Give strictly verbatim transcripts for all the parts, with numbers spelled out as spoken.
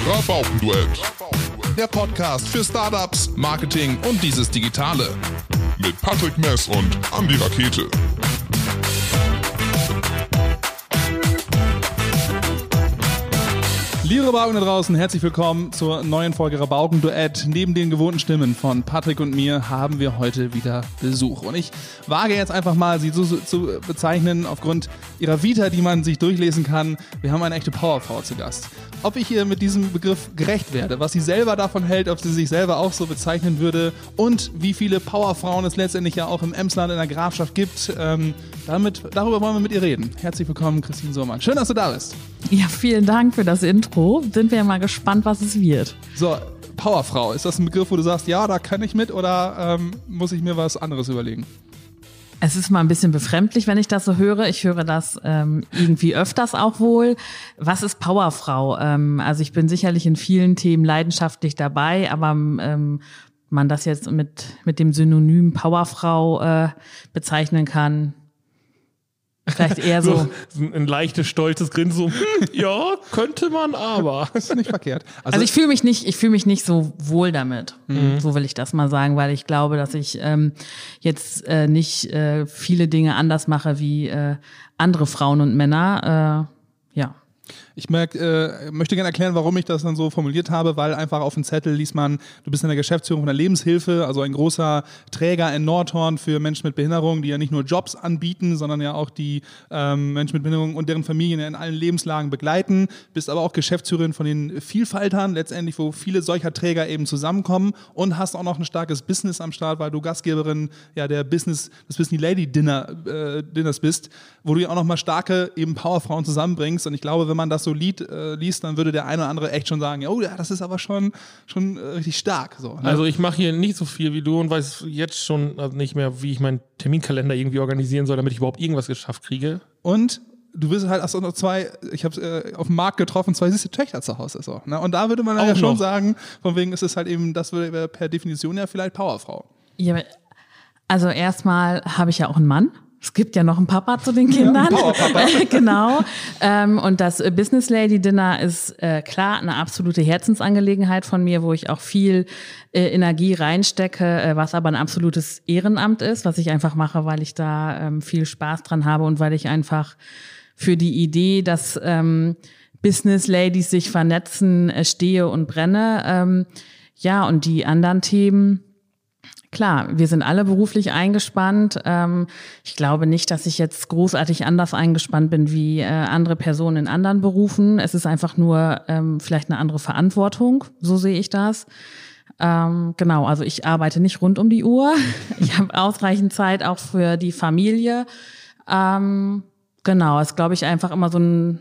Rabaukenduett. Der Podcast für Startups, Marketing und dieses Digitale. Mit Patrick Mess und Andi Rakete. Liebe Rabauken da draußen, herzlich willkommen zur neuen Folge Rabaukenduett. Neben den gewohnten Stimmen von Patrick und mir haben wir heute wieder Besuch. Und ich wage jetzt einfach mal, sie so zu bezeichnen, aufgrund ihrer Vita, die man sich durchlesen kann. Wir haben eine echte Powerfrau zu Gast. Ob ich ihr mit diesem Begriff gerecht werde, was sie selber davon hält, ob sie sich selber auch so bezeichnen würde und wie viele Powerfrauen es letztendlich ja auch im Emsland in der Grafschaft gibt, ähm, damit, darüber wollen wir mit ihr reden. Herzlich willkommen, Christine Sohrmann. Schön, dass du da bist. Ja, vielen Dank für das Intro. Sind wir ja mal gespannt, was es wird. So, Powerfrau, ist das ein Begriff, wo du sagst, ja, da kann ich mit oder ähm, muss ich mir was anderes überlegen? Es ist mal ein bisschen befremdlich, wenn ich das so höre. Ich höre das ähm, irgendwie öfters auch wohl. Was ist Powerfrau? Ähm, also ich bin sicherlich in vielen Themen leidenschaftlich dabei, aber ähm, man das jetzt mit mit dem Synonym Powerfrau äh, bezeichnen kann, vielleicht eher so. so ein leichtes, stolzes Grinsen, so, hm, ja, könnte man aber. Das ist nicht verkehrt. Also, also ich fühle mich nicht, ich fühle mich nicht so wohl damit. Mhm. So will ich das mal sagen, weil ich glaube, dass ich ähm, jetzt äh, nicht äh, viele Dinge anders mache wie äh, andere Frauen und Männer. Äh, ja. Ich merk, äh, möchte gerne erklären, warum ich das dann so formuliert habe, weil einfach auf dem Zettel liest man, du bist in der Geschäftsführung von der Lebenshilfe, also ein großer Träger in Nordhorn für Menschen mit Behinderung, die ja nicht nur Jobs anbieten, sondern ja auch die ähm, Menschen mit Behinderung und deren Familien in allen Lebenslagen begleiten. Bist aber auch Geschäftsführerin von den Vielfaltern, letztendlich, wo viele solcher Träger eben zusammenkommen und hast auch noch ein starkes Business am Start, weil du Gastgeberin ja der Business, des Business Lady Dinner, äh, Dinners bist, wo du ja auch nochmal starke eben Powerfrauen zusammenbringst. Und ich glaube, wenn man das so lied, äh, liest, dann würde der eine oder andere echt schon sagen, oh ja, das ist aber schon, schon äh, richtig stark. So, ne? Also ich mache hier nicht so viel wie du und weiß jetzt schon also nicht mehr, wie ich meinen Terminkalender irgendwie organisieren soll, damit ich überhaupt irgendwas geschafft kriege. Und du bist halt, hast auch noch zwei, ich habe äh, auf dem Markt getroffen, zwei süße Töchter zu Hause. So, ne? Und da würde man dann ja schon sagen, von wegen ist es halt eben, das wäre per Definition ja vielleicht Powerfrau. Ja, also erstmal habe ich ja auch einen Mann. Es gibt ja noch einen Papa zu den Kindern. Ja, Powerpapa. Genau. Ähm, und das Business Lady Dinner ist äh, klar eine absolute Herzensangelegenheit von mir, wo ich auch viel äh, Energie reinstecke, äh, was aber ein absolutes Ehrenamt ist, was ich einfach mache, weil ich da ähm, viel Spaß dran habe und weil ich einfach für die Idee, dass ähm, Business Ladies sich vernetzen, äh, stehe und brenne. Ähm, ja, und die anderen Themen. Klar, wir sind alle beruflich eingespannt. Ähm, ich glaube nicht, dass ich jetzt großartig anders eingespannt bin wie äh, andere Personen in anderen Berufen. Es ist einfach nur ähm, vielleicht eine andere Verantwortung, so sehe ich das. Ähm, genau, also ich arbeite nicht rund um die Uhr. Ich habe ausreichend Zeit auch für die Familie. Ähm, genau, es ist, glaube ich, einfach immer so ein,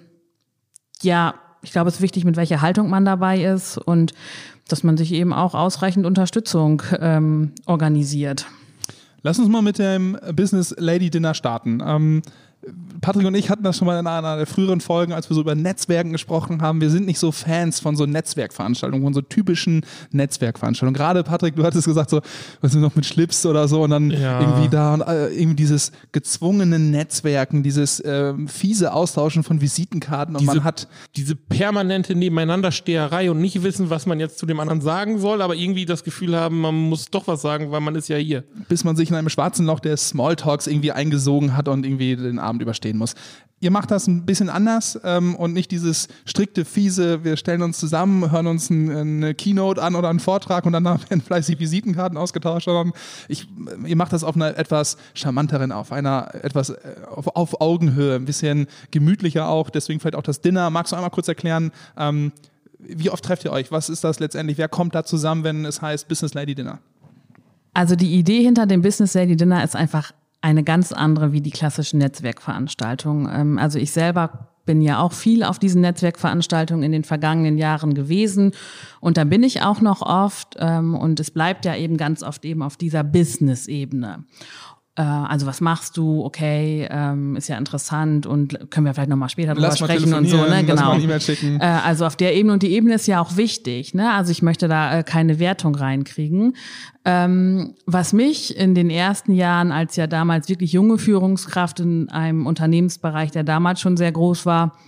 ja, ich glaube, es ist wichtig, mit welcher Haltung man dabei ist und dass man sich eben auch ausreichend Unterstützung ähm, organisiert. Lass uns mal mit dem Business Lady Dinner starten. Ähm, Patrick und ich hatten das schon mal in einer der früheren Folgen, als wir so über Netzwerken gesprochen haben. Wir sind nicht so Fans von so Netzwerkveranstaltungen, von so typischen Netzwerkveranstaltungen. Gerade Patrick, du hattest gesagt, so, was ist noch mit Schlips oder so und dann ja. irgendwie da und äh, irgendwie dieses gezwungene Netzwerken, dieses äh, fiese Austauschen von Visitenkarten und diese, man hat diese permanente Nebeneinandersteherei und nicht wissen, was man jetzt zu dem anderen sagen soll, aber irgendwie das Gefühl haben, man muss doch was sagen, weil man ist ja hier. Bis man sich in einem schwarzen Loch der Smalltalks irgendwie eingesogen hat und irgendwie den Abend überstehen muss. Ihr macht das ein bisschen anders ähm, und nicht dieses strikte, fiese, wir stellen uns zusammen, hören uns ein, eine Keynote an oder einen Vortrag und danach werden fleißig Visitenkarten ausgetauscht, sondern ich, ihr macht das auf einer etwas charmanteren, auf einer etwas auf, auf Augenhöhe, ein bisschen gemütlicher auch, deswegen vielleicht auch das Dinner. Magst du einmal kurz erklären, ähm, wie oft trefft ihr euch? Was ist das letztendlich? Wer kommt da zusammen, wenn es heißt Business Lady Dinner? Also die Idee hinter dem Business Lady Dinner ist einfach eine ganz andere wie die klassischen Netzwerkveranstaltungen. Also ich selber bin ja auch viel auf diesen Netzwerkveranstaltungen in den vergangenen Jahren gewesen und da bin ich auch noch oft und es bleibt ja eben ganz oft eben auf dieser Business-Ebene. Also was machst du? Okay, ähm, ist ja interessant und können wir vielleicht nochmal später drüber sprechen und so, ne? Genau. Lass mal eine E-Mail schicken. Äh, also auf der Ebene und die Ebene ist ja auch wichtig, ne? Also ich möchte da äh, keine Wertung reinkriegen. Ähm, was mich in den ersten Jahren als ja damals wirklich junge Führungskraft in einem Unternehmensbereich, der damals schon sehr groß war,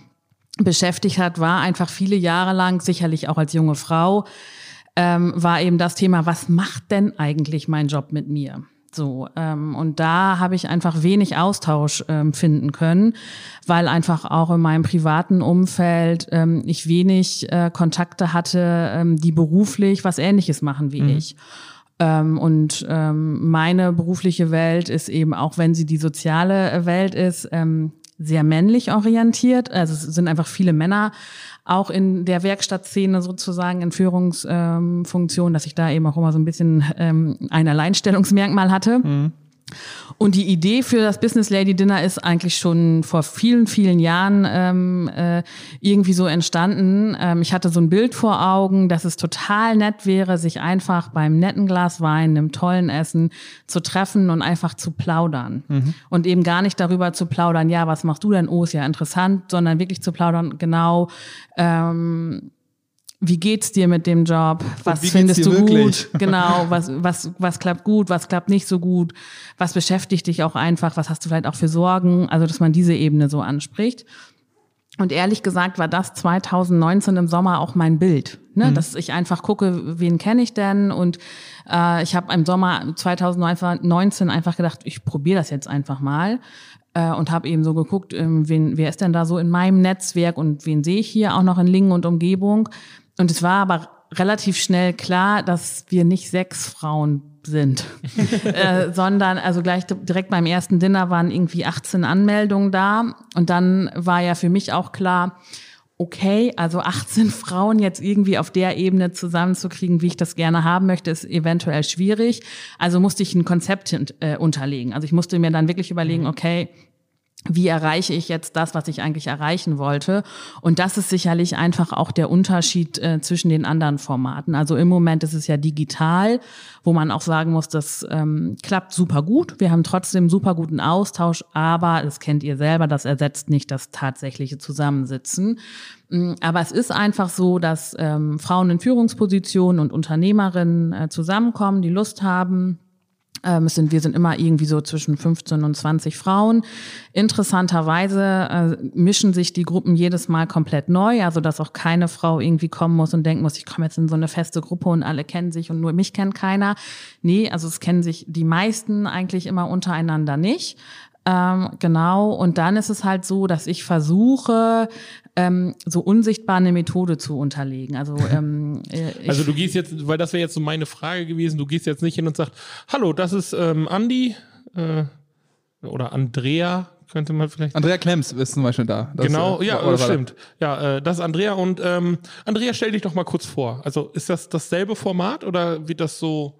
beschäftigt hat, war einfach viele Jahre lang, sicherlich auch als junge Frau, ähm, war eben das Thema, was macht denn eigentlich mein Job mit mir? So, ähm, und da habe ich einfach wenig Austausch ähm, finden können, weil einfach auch in meinem privaten Umfeld ähm, ich wenig äh, Kontakte hatte, ähm, die beruflich was Ähnliches machen wie mhm. ich. Ähm, und ähm, meine berufliche Welt ist eben, auch wenn sie die soziale Welt ist, ähm, sehr männlich orientiert. Also es sind einfach viele Männer auch in der Werkstattszene sozusagen in Führungsfunktionen, ähm, dass ich da eben auch immer so ein bisschen ähm, ein Alleinstellungsmerkmal hatte. Mhm. Und die Idee für das Business Lady Dinner ist eigentlich schon vor vielen, vielen Jahren ähm, äh, irgendwie so entstanden. Ähm, ich hatte so ein Bild vor Augen, dass es total nett wäre, sich einfach beim netten Glas Wein, einem tollen Essen zu treffen und einfach zu plaudern. Mhm. Und eben gar nicht darüber zu plaudern, ja, was machst du denn? Oh, ist ja interessant, sondern wirklich zu plaudern, genau, ähm, wie geht's dir mit dem Job? Was findest du wirklich? gut? Genau, was, was, was klappt gut, was klappt nicht so gut? Was beschäftigt dich auch einfach? Was hast du vielleicht auch für Sorgen? Also, dass man diese Ebene so anspricht. Und ehrlich gesagt war das zwanzig neunzehn im Sommer auch mein Bild, ne? Mhm. Dass ich einfach gucke, wen kenne ich denn? Und äh, ich habe im Sommer zwanzig neunzehn einfach gedacht, ich probiere das jetzt einfach mal. Äh, und habe eben so geguckt, ähm, wen, wer ist denn da so in meinem Netzwerk und wen sehe ich hier auch noch in Lingen und Umgebung. Und es war aber relativ schnell klar, dass wir nicht sechs Frauen sind, äh, sondern also gleich direkt beim ersten Dinner waren irgendwie achtzehn Anmeldungen da. Und dann war ja für mich auch klar, okay, also achtzehn Frauen jetzt irgendwie auf der Ebene zusammenzukriegen, wie ich das gerne haben möchte, ist eventuell schwierig. Also musste ich ein Konzept äh, unterlegen. Also ich musste mir dann wirklich überlegen, okay, wie erreiche ich jetzt das, was ich eigentlich erreichen wollte? Und das ist sicherlich einfach auch der Unterschied äh, zwischen den anderen Formaten. Also im Moment ist es ja digital, wo man auch sagen muss, das ähm, klappt super gut. Wir haben trotzdem super guten Austausch, aber das kennt ihr selber, das ersetzt nicht das tatsächliche Zusammensitzen. Aber es ist einfach so, dass ähm, Frauen in Führungspositionen und Unternehmerinnen äh, zusammenkommen, die Lust haben. Ähm, es sind, wir sind immer irgendwie so zwischen fünfzehn und zwanzig Frauen. Interessanterweise äh, mischen sich die Gruppen jedes Mal komplett neu, also dass auch keine Frau irgendwie kommen muss und denken muss, ich komme jetzt in so eine feste Gruppe und alle kennen sich und nur mich kennt keiner. Nee, also es kennen sich die meisten eigentlich immer untereinander nicht. Ähm, genau, und dann ist es halt so, dass ich versuche, ähm, so unsichtbar eine Methode zu unterlegen. Also, ähm, ich, also du gehst jetzt, weil das wäre jetzt so meine Frage gewesen, du gehst jetzt nicht hin und sagst, hallo, das ist ähm, Andi äh, oder Andrea, könnte man vielleicht... Andrea Klemms ist zum Beispiel da. Das, genau, äh, ja, oder stimmt. Ja, äh, das ist Andrea und ähm, Andrea, stell dich doch mal kurz vor. Also ist das dasselbe Format oder wird das so...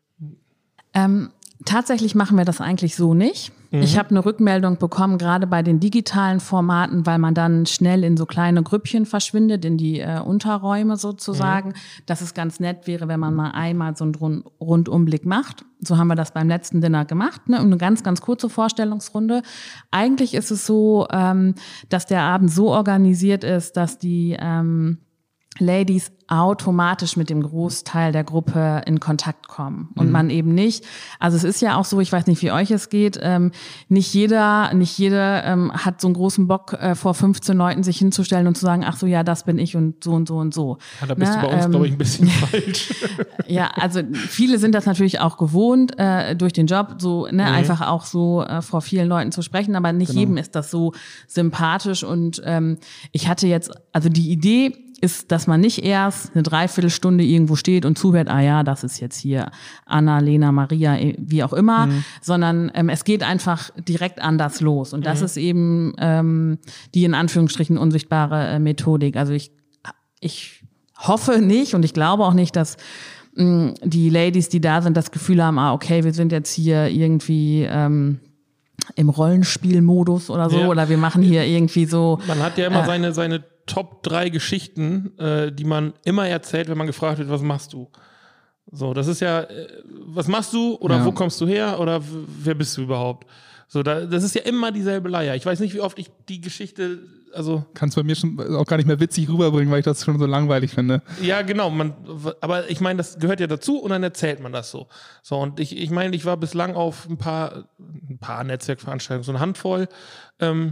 Ähm, tatsächlich machen wir das eigentlich so nicht. Mhm. Ich habe eine Rückmeldung bekommen, gerade bei den digitalen Formaten, weil man dann schnell in so kleine Grüppchen verschwindet, in die äh, Unterräume sozusagen, mhm. dass es ganz nett wäre, wenn man mal einmal so einen Rund- Rundumblick macht. So haben wir das beim letzten Dinner gemacht, ne? Eine ganz, ganz kurze Vorstellungsrunde. Eigentlich ist es so, ähm, dass der Abend so organisiert ist, dass die ähm, Ladies automatisch mit dem Großteil der Gruppe in Kontakt kommen und mhm. man eben nicht, also es ist ja auch so, ich weiß nicht, wie euch es geht, ähm, nicht jeder, nicht jeder ähm, hat so einen großen Bock, äh, vor fünfzehn Leuten sich hinzustellen und zu sagen, ach so, ja, das bin ich und so und so und so. Ja, da bist Na, du bei uns, ähm, glaube ich, ein bisschen falsch. Ja, also viele sind das natürlich auch gewohnt, äh, durch den Job, so ne, mhm. einfach auch so äh, vor vielen Leuten zu sprechen, aber nicht genau. jedem ist das so sympathisch und ähm, ich hatte jetzt, also die Idee ist, dass man nicht erst eine Dreiviertelstunde irgendwo steht und zuhört, ah ja, das ist jetzt hier Anna, Lena, Maria, wie auch immer, mhm. sondern ähm, es geht einfach direkt anders los. Und das mhm. ist eben ähm, die in Anführungsstrichen unsichtbare äh, Methodik. Also ich, ich hoffe nicht und ich glaube auch nicht, dass mh, die Ladies, die da sind, das Gefühl haben, ah okay, wir sind jetzt hier irgendwie... Ähm, im Rollenspielmodus oder so, ja. oder wir machen hier irgendwie so... Man hat ja immer äh, seine, seine Top drei Geschichten, äh, die man immer erzählt, wenn man gefragt wird, was machst du? So, das ist ja, äh, was machst du oder ja. wo kommst du her oder w- wer bist du überhaupt? So, da, das ist ja immer dieselbe Leier. Ich weiß nicht, wie oft ich die Geschichte, also... Kannst bei mir schon auch gar nicht mehr witzig rüberbringen, weil ich das schon so langweilig finde. Ja, genau. Man, aber ich meine, das gehört ja dazu und dann erzählt man das so. So, und ich, ich meine, ich war bislang auf ein paar, ein paar Netzwerkveranstaltungen, so eine Handvoll, ähm,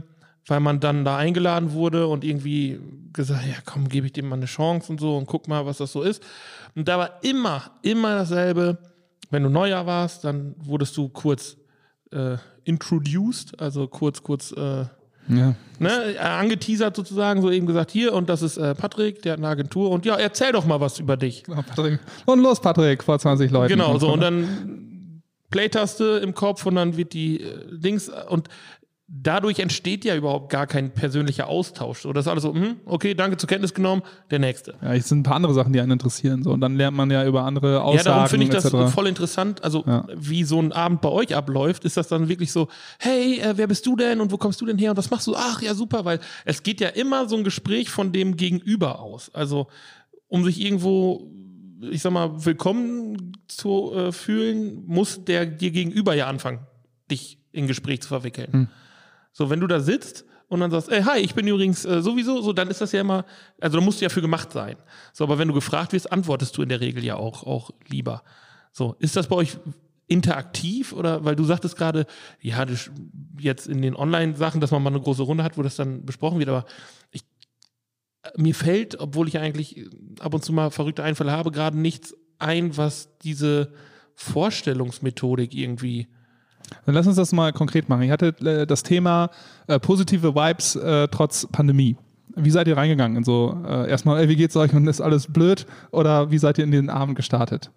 weil man dann da eingeladen wurde und irgendwie gesagt, ja komm, gebe ich dem mal eine Chance und so und guck mal, was das so ist. Und da war immer, immer dasselbe. Wenn du Neujahr warst, dann wurdest du kurz äh, introduced, also kurz, kurz äh, ja. ne, angeteasert sozusagen, so eben gesagt, hier und das ist äh, Patrick, der hat eine Agentur und ja, erzähl doch mal was über dich. Genau, Patrick. Und los, Patrick, vor zwanzig Leuten. Genau, so und dann Play-Taste im Kopf und dann wird die äh, Dings und dadurch entsteht ja überhaupt gar kein persönlicher Austausch. So, das ist alles so, hm, okay, danke, zur Kenntnis genommen, der nächste. Ja, es sind ein paar andere Sachen, die einen interessieren. So. Und dann lernt man ja über andere Aussagen. Ja, darum finde ich et cetera das voll interessant. Also, ja. wie so ein Abend bei euch abläuft, ist das dann wirklich so, hey, äh, wer bist du denn und wo kommst du denn her und was machst du? Ach, ja, super, weil es geht ja immer so ein Gespräch von dem Gegenüber aus. Also, um sich irgendwo, ich sag mal, willkommen zu äh, fühlen, muss der dir gegenüber ja anfangen, dich in Gespräch zu verwickeln. Hm. So, wenn du da sitzt und dann sagst, ey, hi, ich bin übrigens äh, sowieso, so, dann ist das ja immer, also da musst du ja für gemacht sein. So, aber wenn du gefragt wirst, antwortest du in der Regel ja auch, auch lieber. So, ist das bei euch interaktiv oder, weil du sagtest gerade, ja, das, jetzt in den Online-Sachen, dass man mal eine große Runde hat, wo das dann besprochen wird, aber ich, mir fällt, obwohl ich eigentlich ab und zu mal verrückte Einfälle habe, gerade nichts ein, was diese Vorstellungsmethodik irgendwie. Dann lass uns das mal konkret machen. Ihr hattet äh, das Thema äh, positive Vibes äh, trotz Pandemie. Wie seid ihr reingegangen? In so, äh, erstmal, ey, wie geht's euch und ist alles blöd? Oder wie seid ihr in den Abend gestartet?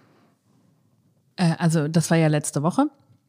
Äh, also das war ja letzte Woche.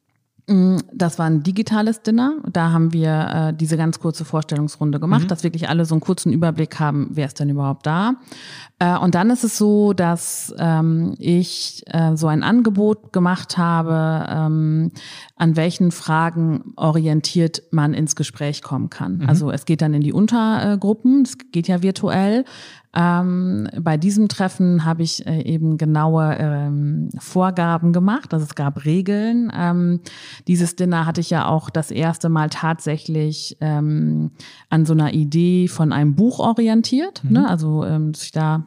Das war ein digitales Dinner. Da haben wir äh, diese ganz kurze Vorstellungsrunde gemacht, mhm. dass wirklich alle so einen kurzen Überblick haben, wer ist denn überhaupt da. Äh, und dann ist es so, dass ähm, ich äh, so ein Angebot gemacht habe, ähm, an welchen Fragen orientiert man ins Gespräch kommen kann. Mhm. Also es geht dann in die Untergruppen, es geht ja virtuell. Ähm, bei diesem Treffen habe ich äh, eben genaue ähm, Vorgaben gemacht, also es gab Regeln. Ähm, dieses Dinner hatte ich ja auch das erste Mal tatsächlich ähm, an so einer Idee von einem Buch orientiert, mhm. ne? Also ähm, dass ich da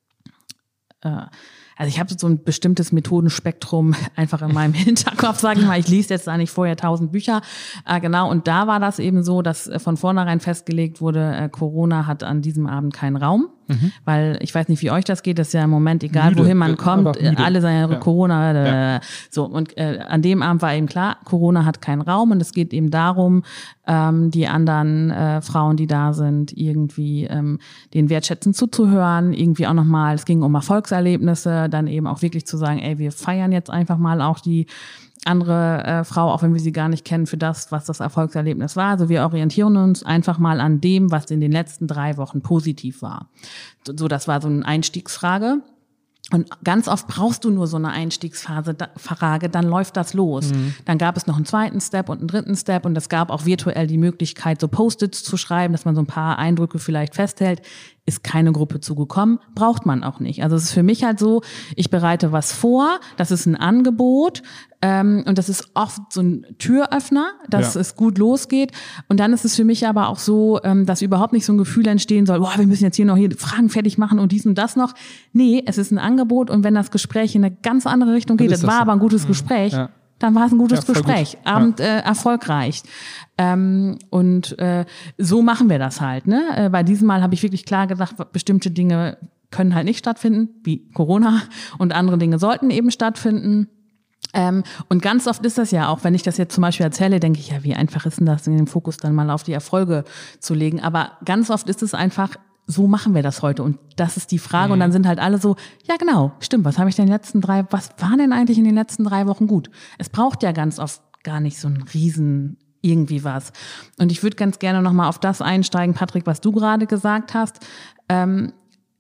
äh, Also ich habe so ein bestimmtes Methodenspektrum einfach in meinem Hinterkopf, sage ich mal. Ich lese jetzt da nicht vorher tausend Bücher. Äh, genau, und da war das eben so, dass von vornherein festgelegt wurde, äh, Corona hat an diesem Abend keinen Raum. Mhm. Weil ich weiß nicht, wie euch das geht, das ist ja im Moment egal, müde, wohin man kommt, alle sagen ja, Corona. Äh, ja. So, und äh, an dem Abend war eben klar, Corona hat keinen Raum und es geht eben darum, ähm, die anderen äh, Frauen, die da sind, irgendwie ähm, den wertschätzend zuzuhören, irgendwie auch nochmal, es ging um Erfolgserlebnisse, dann eben auch wirklich zu sagen, ey, wir feiern jetzt einfach mal auch die andere äh, Frau, auch wenn wir sie gar nicht kennen, für das, was das Erfolgserlebnis war. Also wir orientieren uns einfach mal an dem, was in den letzten drei Wochen positiv war. So, das war so eine Einstiegsfrage. Und ganz oft brauchst du nur so eine Einstiegsphase, da, Frage, dann läuft das los. Mhm. Dann gab es noch einen zweiten Step und einen dritten Step und es gab auch virtuell die Möglichkeit, so Post-its zu schreiben, dass man so ein paar Eindrücke vielleicht festhält. Ist keine Gruppe zugekommen, braucht man auch nicht. Also es ist für mich halt so, ich bereite was vor, das ist ein Angebot ähm, und das ist oft so ein Türöffner, dass ja. es gut losgeht. Und dann ist es für mich aber auch so, ähm, dass überhaupt nicht so ein Gefühl entstehen soll, boah, wir müssen jetzt hier noch hier Fragen fertig machen und dies und das noch. Nee, es ist ein Angebot und wenn das Gespräch in eine ganz andere Richtung geht, das, das war so. aber ein gutes mhm. Gespräch, ja. dann war es ein gutes ja, Gespräch, gut. Abend äh, erfolgreich. Ähm, und äh, so machen wir das halt. Ne? Äh, bei diesem Mal habe ich wirklich klar gesagt, bestimmte Dinge können halt nicht stattfinden, wie Corona, und andere Dinge sollten eben stattfinden. Ähm, und ganz oft ist das ja auch, wenn ich das jetzt zum Beispiel erzähle, denke ich, ja, wie einfach ist denn das, den Fokus dann mal auf die Erfolge zu legen. Aber ganz oft ist es einfach, so machen wir das heute. Und das ist die Frage. Mhm. Und dann sind halt alle so, ja genau, stimmt, was habe ich denn in den letzten drei, was war denn eigentlich in den letzten drei Wochen gut? Es braucht ja ganz oft gar nicht so einen riesen irgendwie was. Und ich würde ganz gerne nochmal auf das einsteigen, Patrick, was du gerade gesagt hast. Ähm,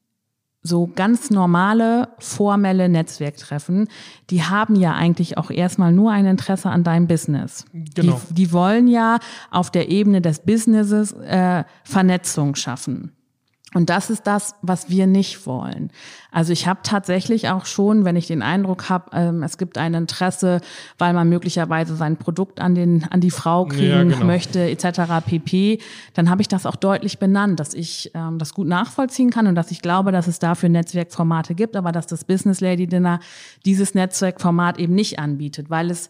so ganz normale, formelle Netzwerktreffen, die haben ja eigentlich auch erstmal nur ein Interesse an deinem Business. Genau. Die, die wollen ja auf der Ebene des Businesses äh, Vernetzung schaffen. Und das ist das, was wir nicht wollen. Also ich habe tatsächlich auch schon, wenn ich den Eindruck habe, ähm, es gibt ein Interesse, weil man möglicherweise sein Produkt an den an die Frau kriegen ja, genau. möchte, et cetera pp., dann habe ich das auch deutlich benannt, dass ich ähm, das gut nachvollziehen kann und dass ich glaube, dass es dafür Netzwerkformate gibt, aber dass das Business Lady Dinner dieses Netzwerkformat eben nicht anbietet, weil es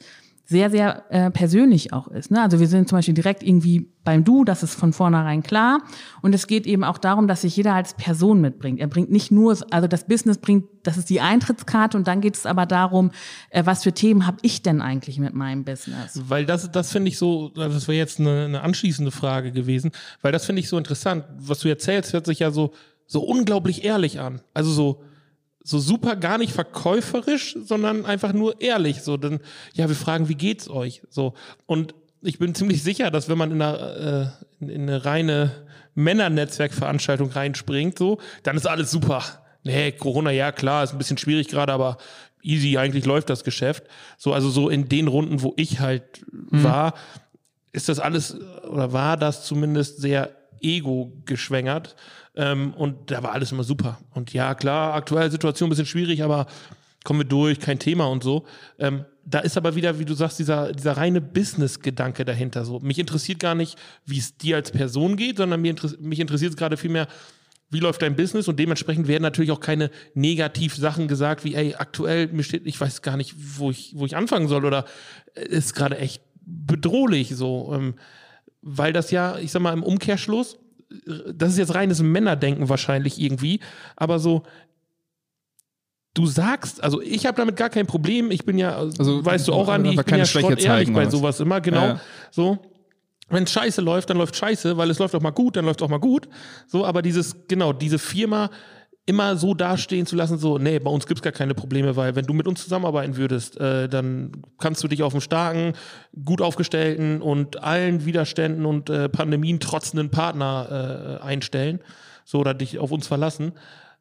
sehr, sehr äh, persönlich auch ist. Ne? Also wir sind zum Beispiel direkt irgendwie beim Du, das ist von vornherein klar. Und es geht eben auch darum, dass sich jeder als Person mitbringt. Er bringt nicht nur, also das Business bringt, das ist die Eintrittskarte und dann geht es aber darum, äh, was für Themen habe ich denn eigentlich mit meinem Business? Weil das, das finde ich so, das wäre jetzt eine, eine anschließende Frage gewesen, weil das finde ich so interessant. Was du erzählst, hört sich ja so, so unglaublich ehrlich an. Also so, so super gar nicht verkäuferisch, sondern einfach nur ehrlich. So, dann, ja, wir fragen, wie geht's euch? So. Und ich bin ziemlich sicher, dass wenn man in eine, äh, in eine reine Männernetzwerkveranstaltung reinspringt, so, dann ist alles super. Nee, Corona, ja klar, ist ein bisschen schwierig gerade, aber easy, eigentlich läuft das Geschäft. So, also so in den Runden, wo ich halt mhm. war, ist das alles, oder war das zumindest sehr ego-geschwängert. Ähm, und da war alles immer super. Und ja, klar, aktuelle Situation ein bisschen schwierig, aber kommen wir durch, kein Thema und so. Ähm, da ist aber wieder, wie du sagst, dieser, dieser reine Business-Gedanke dahinter. So, mich interessiert gar nicht, wie es dir als Person geht, sondern mich, interess- mich interessiert es gerade vielmehr, wie läuft dein Business? Und dementsprechend werden natürlich auch keine Negativ-Sachen gesagt, wie, ey, aktuell, mir steht, ich weiß gar nicht, wo ich, wo ich anfangen soll oder ist gerade echt bedrohlich so. Ähm, weil das ja, ich sag mal, im Umkehrschluss, das ist jetzt reines Männerdenken wahrscheinlich irgendwie, aber so, du sagst, also ich habe damit gar kein Problem, ich bin ja, also, weißt du auch, Andi, ich bin ja schon ehrlich zeigen, bei sowas immer, genau, ja. So. Wenn es scheiße läuft, dann läuft scheiße, weil es läuft auch mal gut, dann läuft auch mal gut, so, aber dieses, genau, diese Firma immer so dastehen zu lassen, so, nee, bei uns gibt's gar keine Probleme, weil wenn du mit uns zusammenarbeiten würdest, äh, dann kannst du dich auf einen starken, gut aufgestellten und allen Widerständen und äh, Pandemien trotzenden Partner äh, einstellen, so, oder dich auf uns verlassen.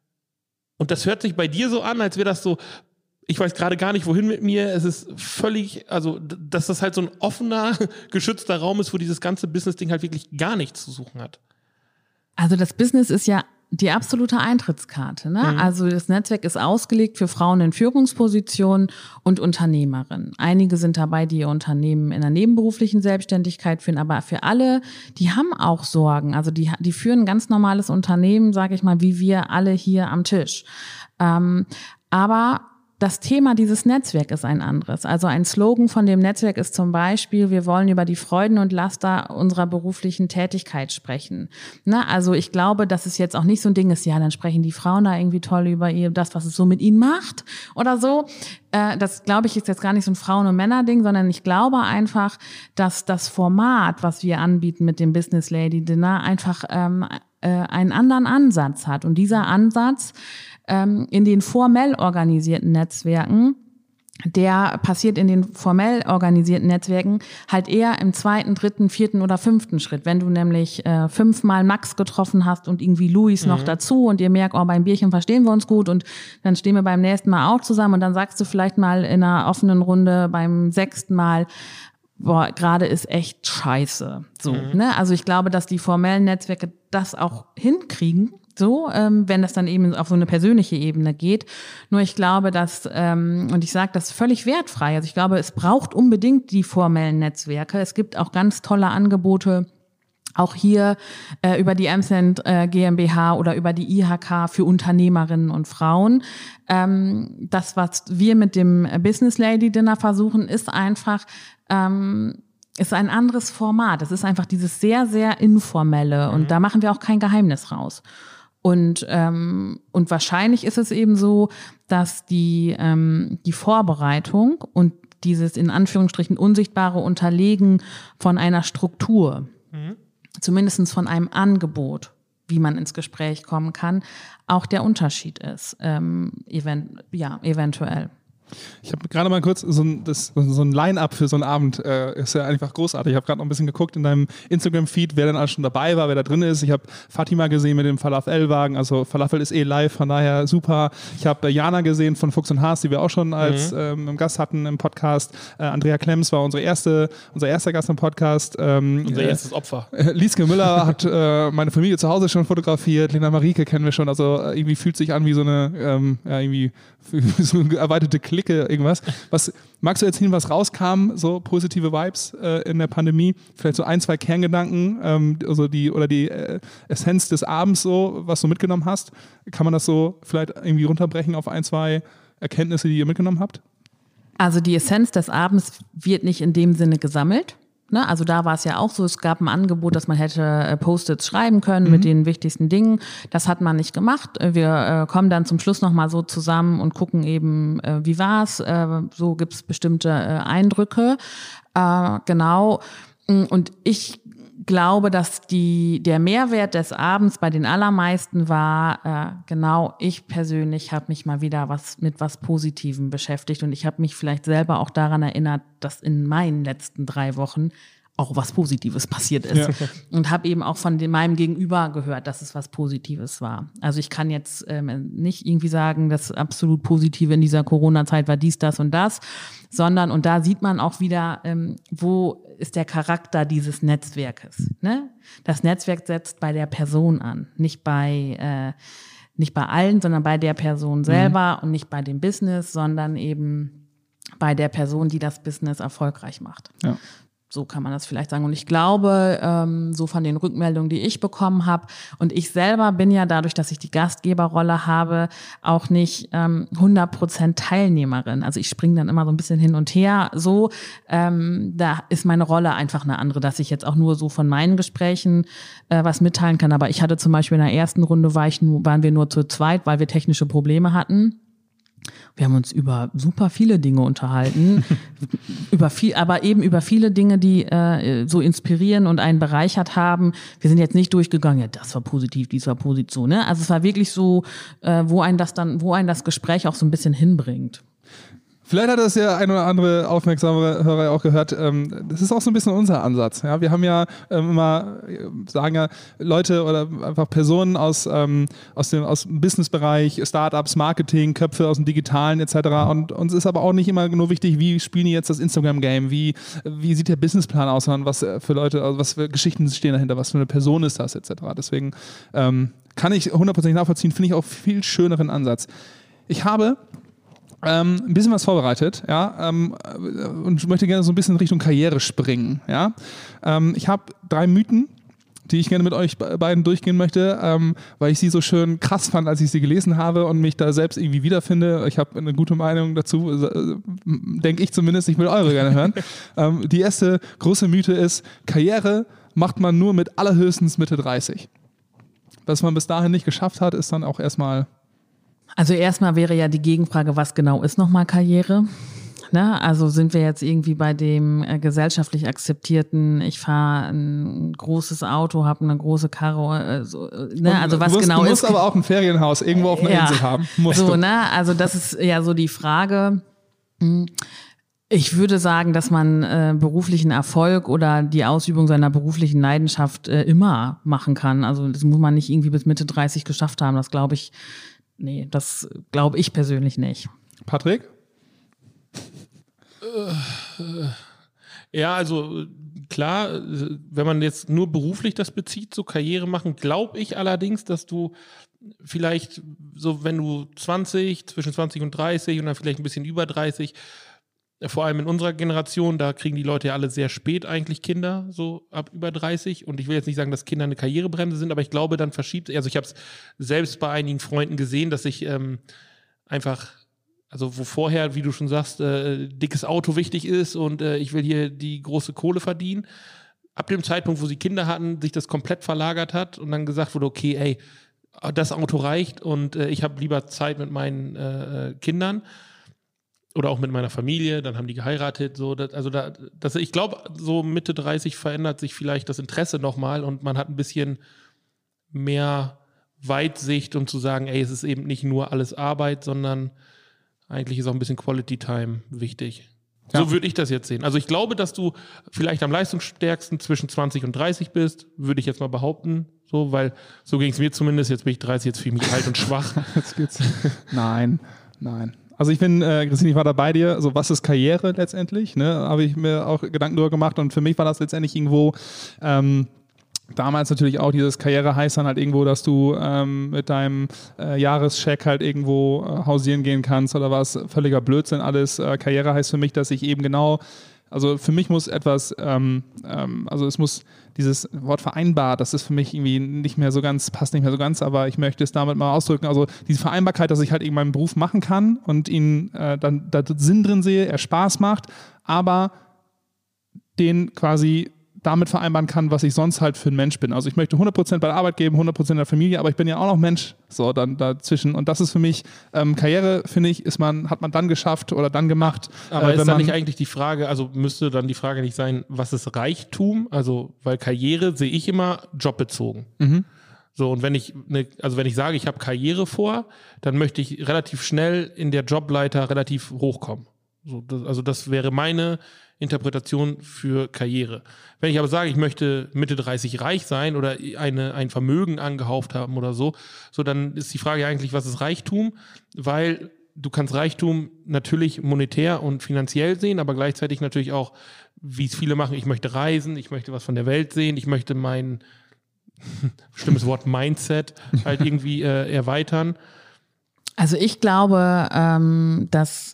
Und das hört sich bei dir so an, als wäre das so, ich weiß gerade gar nicht, wohin mit mir, es ist völlig, also, dass das halt so ein offener, geschützter Raum ist, wo dieses ganze Business-Ding halt wirklich gar nichts zu suchen hat. Also das Business ist ja die absolute Eintrittskarte, ne? Mhm. Also das Netzwerk ist ausgelegt für Frauen in Führungspositionen und Unternehmerinnen. Einige sind dabei, die ihr Unternehmen in der nebenberuflichen Selbstständigkeit führen, aber für alle, die haben auch Sorgen. Also die, die führen ein ganz normales Unternehmen, sage ich mal, wie wir alle hier am Tisch. Ähm, aber das Thema dieses Netzwerk ist ein anderes. Also ein Slogan von dem Netzwerk ist zum Beispiel, wir wollen über die Freuden und Laster unserer beruflichen Tätigkeit sprechen. Ne? Also ich glaube, dass es jetzt auch nicht so ein Ding ist, ja, dann sprechen die Frauen da irgendwie toll über ihr, das, was es so mit ihnen macht oder so. Äh, das, glaube ich, ist jetzt gar nicht so ein Frauen- und Männer-Ding, sondern ich glaube einfach, dass das Format, was wir anbieten mit dem Business Lady Dinner, einfach ähm, äh, einen anderen Ansatz hat. Und dieser Ansatz in den formell organisierten Netzwerken, der passiert in den formell organisierten Netzwerken halt eher im zweiten, dritten, vierten oder fünften Schritt. Wenn du nämlich äh, fünfmal Max getroffen hast und irgendwie Luis mhm. noch dazu und ihr merkt, oh, beim Bierchen verstehen wir uns gut und dann stehen wir beim nächsten Mal auch zusammen und dann sagst du vielleicht mal in einer offenen Runde beim sechsten Mal, boah, gerade ist echt scheiße. So, mhm. ne? Also ich glaube, dass die formellen Netzwerke das auch hinkriegen, so, ähm, wenn das dann eben auf so eine persönliche Ebene geht. Nur ich glaube, dass, ähm, und ich sage das völlig wertfrei, also ich glaube, es braucht unbedingt die formellen Netzwerke. Es gibt auch ganz tolle Angebote, auch hier äh, über die Emcent äh, GmbH oder über die I H K für Unternehmerinnen und Frauen. Ähm, das, was wir mit dem Business Lady Dinner versuchen, ist einfach, ähm, ist ein anderes Format. Es ist einfach dieses sehr, sehr informelle und mhm. da machen wir auch kein Geheimnis raus. Und, ähm, und wahrscheinlich ist es eben so, dass die, ähm, die Vorbereitung und dieses in Anführungsstrichen unsichtbare Unterlegen von einer Struktur, mhm. zumindest von einem Angebot, wie man ins Gespräch kommen kann, auch der Unterschied ist, ähm, event- ja, eventuell. Ich habe gerade mal kurz so ein, das, so ein Line-Up für so einen Abend, äh, ist ja einfach großartig. Ich habe gerade noch ein bisschen geguckt in deinem Instagram-Feed, wer dann alles schon dabei war, wer da drin ist. Ich habe Fatima gesehen mit dem Falafel-Wagen, also Falafel ist eh live, von daher super. Ich habe äh, Jana gesehen von Fuchs und Haas, die wir auch schon als mhm. ähm, Gast hatten im Podcast. Äh, Andrea Klemms war unsere erste, unser erster Gast im Podcast. Ähm, unser äh, erstes Opfer. Äh, Lieske Müller hat äh, meine Familie zu Hause schon fotografiert, Lena Marieke kennen wir schon, also äh, irgendwie fühlt sich an wie so eine, ähm, ja, irgendwie so eine erweiterte Clique, irgendwas. Was, magst du erzählen, was rauskam, so positive Vibes äh, in der Pandemie? Vielleicht so ein, zwei Kerngedanken, ähm, also die, oder die äh, Essenz des Abends, so, was du mitgenommen hast. Kann man das so vielleicht irgendwie runterbrechen auf ein, zwei Erkenntnisse, die ihr mitgenommen habt? Also die Essenz des Abends wird nicht in dem Sinne gesammelt. Ne, also da war es ja auch so, es gab ein Angebot, dass man hätte äh, Post-its schreiben können mhm. mit den wichtigsten Dingen. Das hat man nicht gemacht. Wir äh, kommen dann zum Schluss nochmal so zusammen und gucken eben, äh, wie war's. Äh, so gibt's bestimmte äh, Eindrücke. Äh, genau. Und ich glaube, dass die der Mehrwert des Abends bei den allermeisten war, äh, genau, ich persönlich habe mich mal wieder was mit was Positivem beschäftigt und ich habe mich vielleicht selber auch daran erinnert, dass in meinen letzten drei Wochen auch was Positives passiert ist. Ja. Und habe eben auch von dem, meinem Gegenüber gehört, dass es was Positives war. Also ich kann jetzt ähm, nicht irgendwie sagen, das absolut Positive in dieser Corona-Zeit war dies, das und das, sondern, und da sieht man auch wieder, ähm, wo ist der Charakter dieses Netzwerkes. Ne? Das Netzwerk setzt bei der Person an, nicht bei äh, nicht bei allen, sondern bei der Person selber mhm. und nicht bei dem Business, sondern eben bei der Person, die das Business erfolgreich macht. Ja. So kann man das vielleicht sagen. Und ich glaube, ähm, so von den Rückmeldungen, die ich bekommen habe, und ich selber bin ja dadurch, dass ich die Gastgeberrolle habe, auch nicht ähm, hundert Prozent Teilnehmerin. Also ich springe dann immer so ein bisschen hin und her. So, ähm, da ist meine Rolle einfach eine andere, dass ich jetzt auch nur so von meinen Gesprächen äh, was mitteilen kann. Aber ich hatte zum Beispiel in der ersten Runde, war ich nur, waren wir nur zu zweit, weil wir technische Probleme hatten. Wir haben uns über super viele Dinge unterhalten, über viel, aber eben über viele Dinge, die äh, so inspirieren und einen bereichert haben. Wir sind jetzt nicht durchgegangen, ja, das war positiv, dies war positiv, so, ne? Also es war wirklich so, äh, wo einen das dann, wo einen das Gespräch auch so ein bisschen hinbringt. Vielleicht hat das ja ein oder andere aufmerksame Hörer auch gehört. Das ist auch so ein bisschen unser Ansatz. Ja, wir haben ja immer, sagen ja Leute oder einfach Personen aus, aus dem, aus dem Businessbereich, Startups, Marketing, Köpfe aus dem Digitalen et cetera. Und uns ist aber auch nicht immer nur wichtig, wie spielen die jetzt das Instagram-Game, wie, wie sieht der Businessplan aus, sondern was für Leute, also was für Geschichten stehen dahinter, was für eine Person ist das et cetera. Deswegen ähm, kann ich hundertprozentig nachvollziehen, finde ich auch viel schöneren Ansatz. Ich habe Ähm, ein bisschen was vorbereitet, ja, ähm, und ich möchte gerne so ein bisschen in Richtung Karriere springen, ja. Ähm, ich habe drei Mythen, die ich gerne mit euch beiden durchgehen möchte, ähm, weil ich sie so schön krass fand, als ich sie gelesen habe und mich da selbst irgendwie wiederfinde. Ich habe eine gute Meinung dazu, äh, denke ich zumindest, ich will eure gerne hören. ähm, die erste große Mythe ist, Karriere macht man nur mit allerhöchstens Mitte dreißig. Was man bis dahin nicht geschafft hat, ist dann auch erstmal... Also erstmal wäre ja die Gegenfrage, was genau ist nochmal Karriere? Ne? Also sind wir jetzt irgendwie bei dem äh, gesellschaftlich akzeptierten, ich fahre ein großes Auto, habe eine große Karre, äh, so, ne? Also was du musst, genau ist. Du musst ist, aber auch ein Ferienhaus irgendwo auf einer ja, Insel haben. Musst so, du. Ne? Also das ist ja so die Frage. Ich würde sagen, dass man äh, beruflichen Erfolg oder die Ausübung seiner beruflichen Leidenschaft äh, immer machen kann. Also das muss man nicht irgendwie bis Mitte dreißig geschafft haben. Das glaube ich Nee, das glaube ich persönlich nicht. Patrick? Ja, also klar, wenn man jetzt nur beruflich das bezieht, so Karriere machen, glaube ich allerdings, dass du vielleicht so, wenn du zwanzig, zwischen zwanzig und dreißig und dann vielleicht ein bisschen über dreißig, vor allem in unserer Generation, da kriegen die Leute ja alle sehr spät eigentlich Kinder, so ab über dreißig. Und ich will jetzt nicht sagen, dass Kinder eine Karrierebremse sind, aber ich glaube, dann verschiebt, also ich habe es selbst bei einigen Freunden gesehen, dass ich ähm, einfach, also wo vorher, wie du schon sagst, äh, dickes Auto wichtig ist und äh, ich will hier die große Kohle verdienen. Ab dem Zeitpunkt, wo sie Kinder hatten, sich das komplett verlagert hat und dann gesagt wurde, okay, ey, das Auto reicht und äh, ich habe lieber Zeit mit meinen äh, Kindern. Oder auch mit meiner Familie, dann haben die geheiratet. So, das, also da, das, ich glaube, so Mitte dreißig verändert sich vielleicht das Interesse nochmal und man hat ein bisschen mehr Weitsicht, um zu sagen, ey, es ist eben nicht nur alles Arbeit, sondern eigentlich ist auch ein bisschen Quality Time wichtig. Ja. So würde ich das jetzt sehen. Also ich glaube, dass du vielleicht am leistungsstärksten zwischen zwanzig und dreißig bist, würde ich jetzt mal behaupten. So, weil so ging es mir zumindest. Jetzt bin ich dreißig, jetzt fühle ich mich alt und schwach. Jetzt geht's. Nein, nein. Also ich bin, äh, Christine, ich war da bei dir, also was ist Karriere letztendlich, ne, habe ich mir auch Gedanken darüber gemacht und für mich war das letztendlich irgendwo, ähm, damals natürlich auch dieses Karriere heißt dann halt irgendwo, dass du ähm, mit deinem äh, Jahrescheck halt irgendwo äh, hausieren gehen kannst oder was, völliger Blödsinn alles. Äh, Karriere heißt für mich, dass ich eben genau also für mich muss etwas, ähm, ähm, also es muss dieses Wort vereinbar, das ist für mich irgendwie nicht mehr so ganz, passt nicht mehr so ganz, aber ich möchte es damit mal ausdrücken, also diese Vereinbarkeit, dass ich halt eben meinen Beruf machen kann und ihn äh, dann da Sinn drin sehe, er Spaß macht, aber den quasi damit vereinbaren kann, was ich sonst halt für ein Mensch bin. Also ich möchte hundert Prozent bei der Arbeit geben, hundert Prozent in der Familie, aber ich bin ja auch noch Mensch, so dann dazwischen. Und das ist für mich, ähm, Karriere, finde ich, ist man, hat man dann geschafft oder dann gemacht. Aber äh, ist wenn dann man, nicht eigentlich die Frage, also müsste dann die Frage nicht sein, was ist Reichtum? Also, weil Karriere sehe ich immer jobbezogen. Mhm. So, und wenn ich, ne, also wenn ich sage, ich habe Karriere vor, dann möchte ich relativ schnell in der Jobleiter relativ hochkommen. So, das, also das wäre meine Interpretation für Karriere. Wenn ich aber sage, ich möchte Mitte dreißig reich sein oder eine, ein Vermögen angehauft haben oder so, so dann ist die Frage eigentlich, was ist Reichtum? Weil du kannst Reichtum natürlich monetär und finanziell sehen, aber gleichzeitig natürlich auch, wie es viele machen, ich möchte reisen, ich möchte was von der Welt sehen, ich möchte mein bestimmtes Wort Mindset halt irgendwie äh, erweitern. Also ich glaube, ähm, dass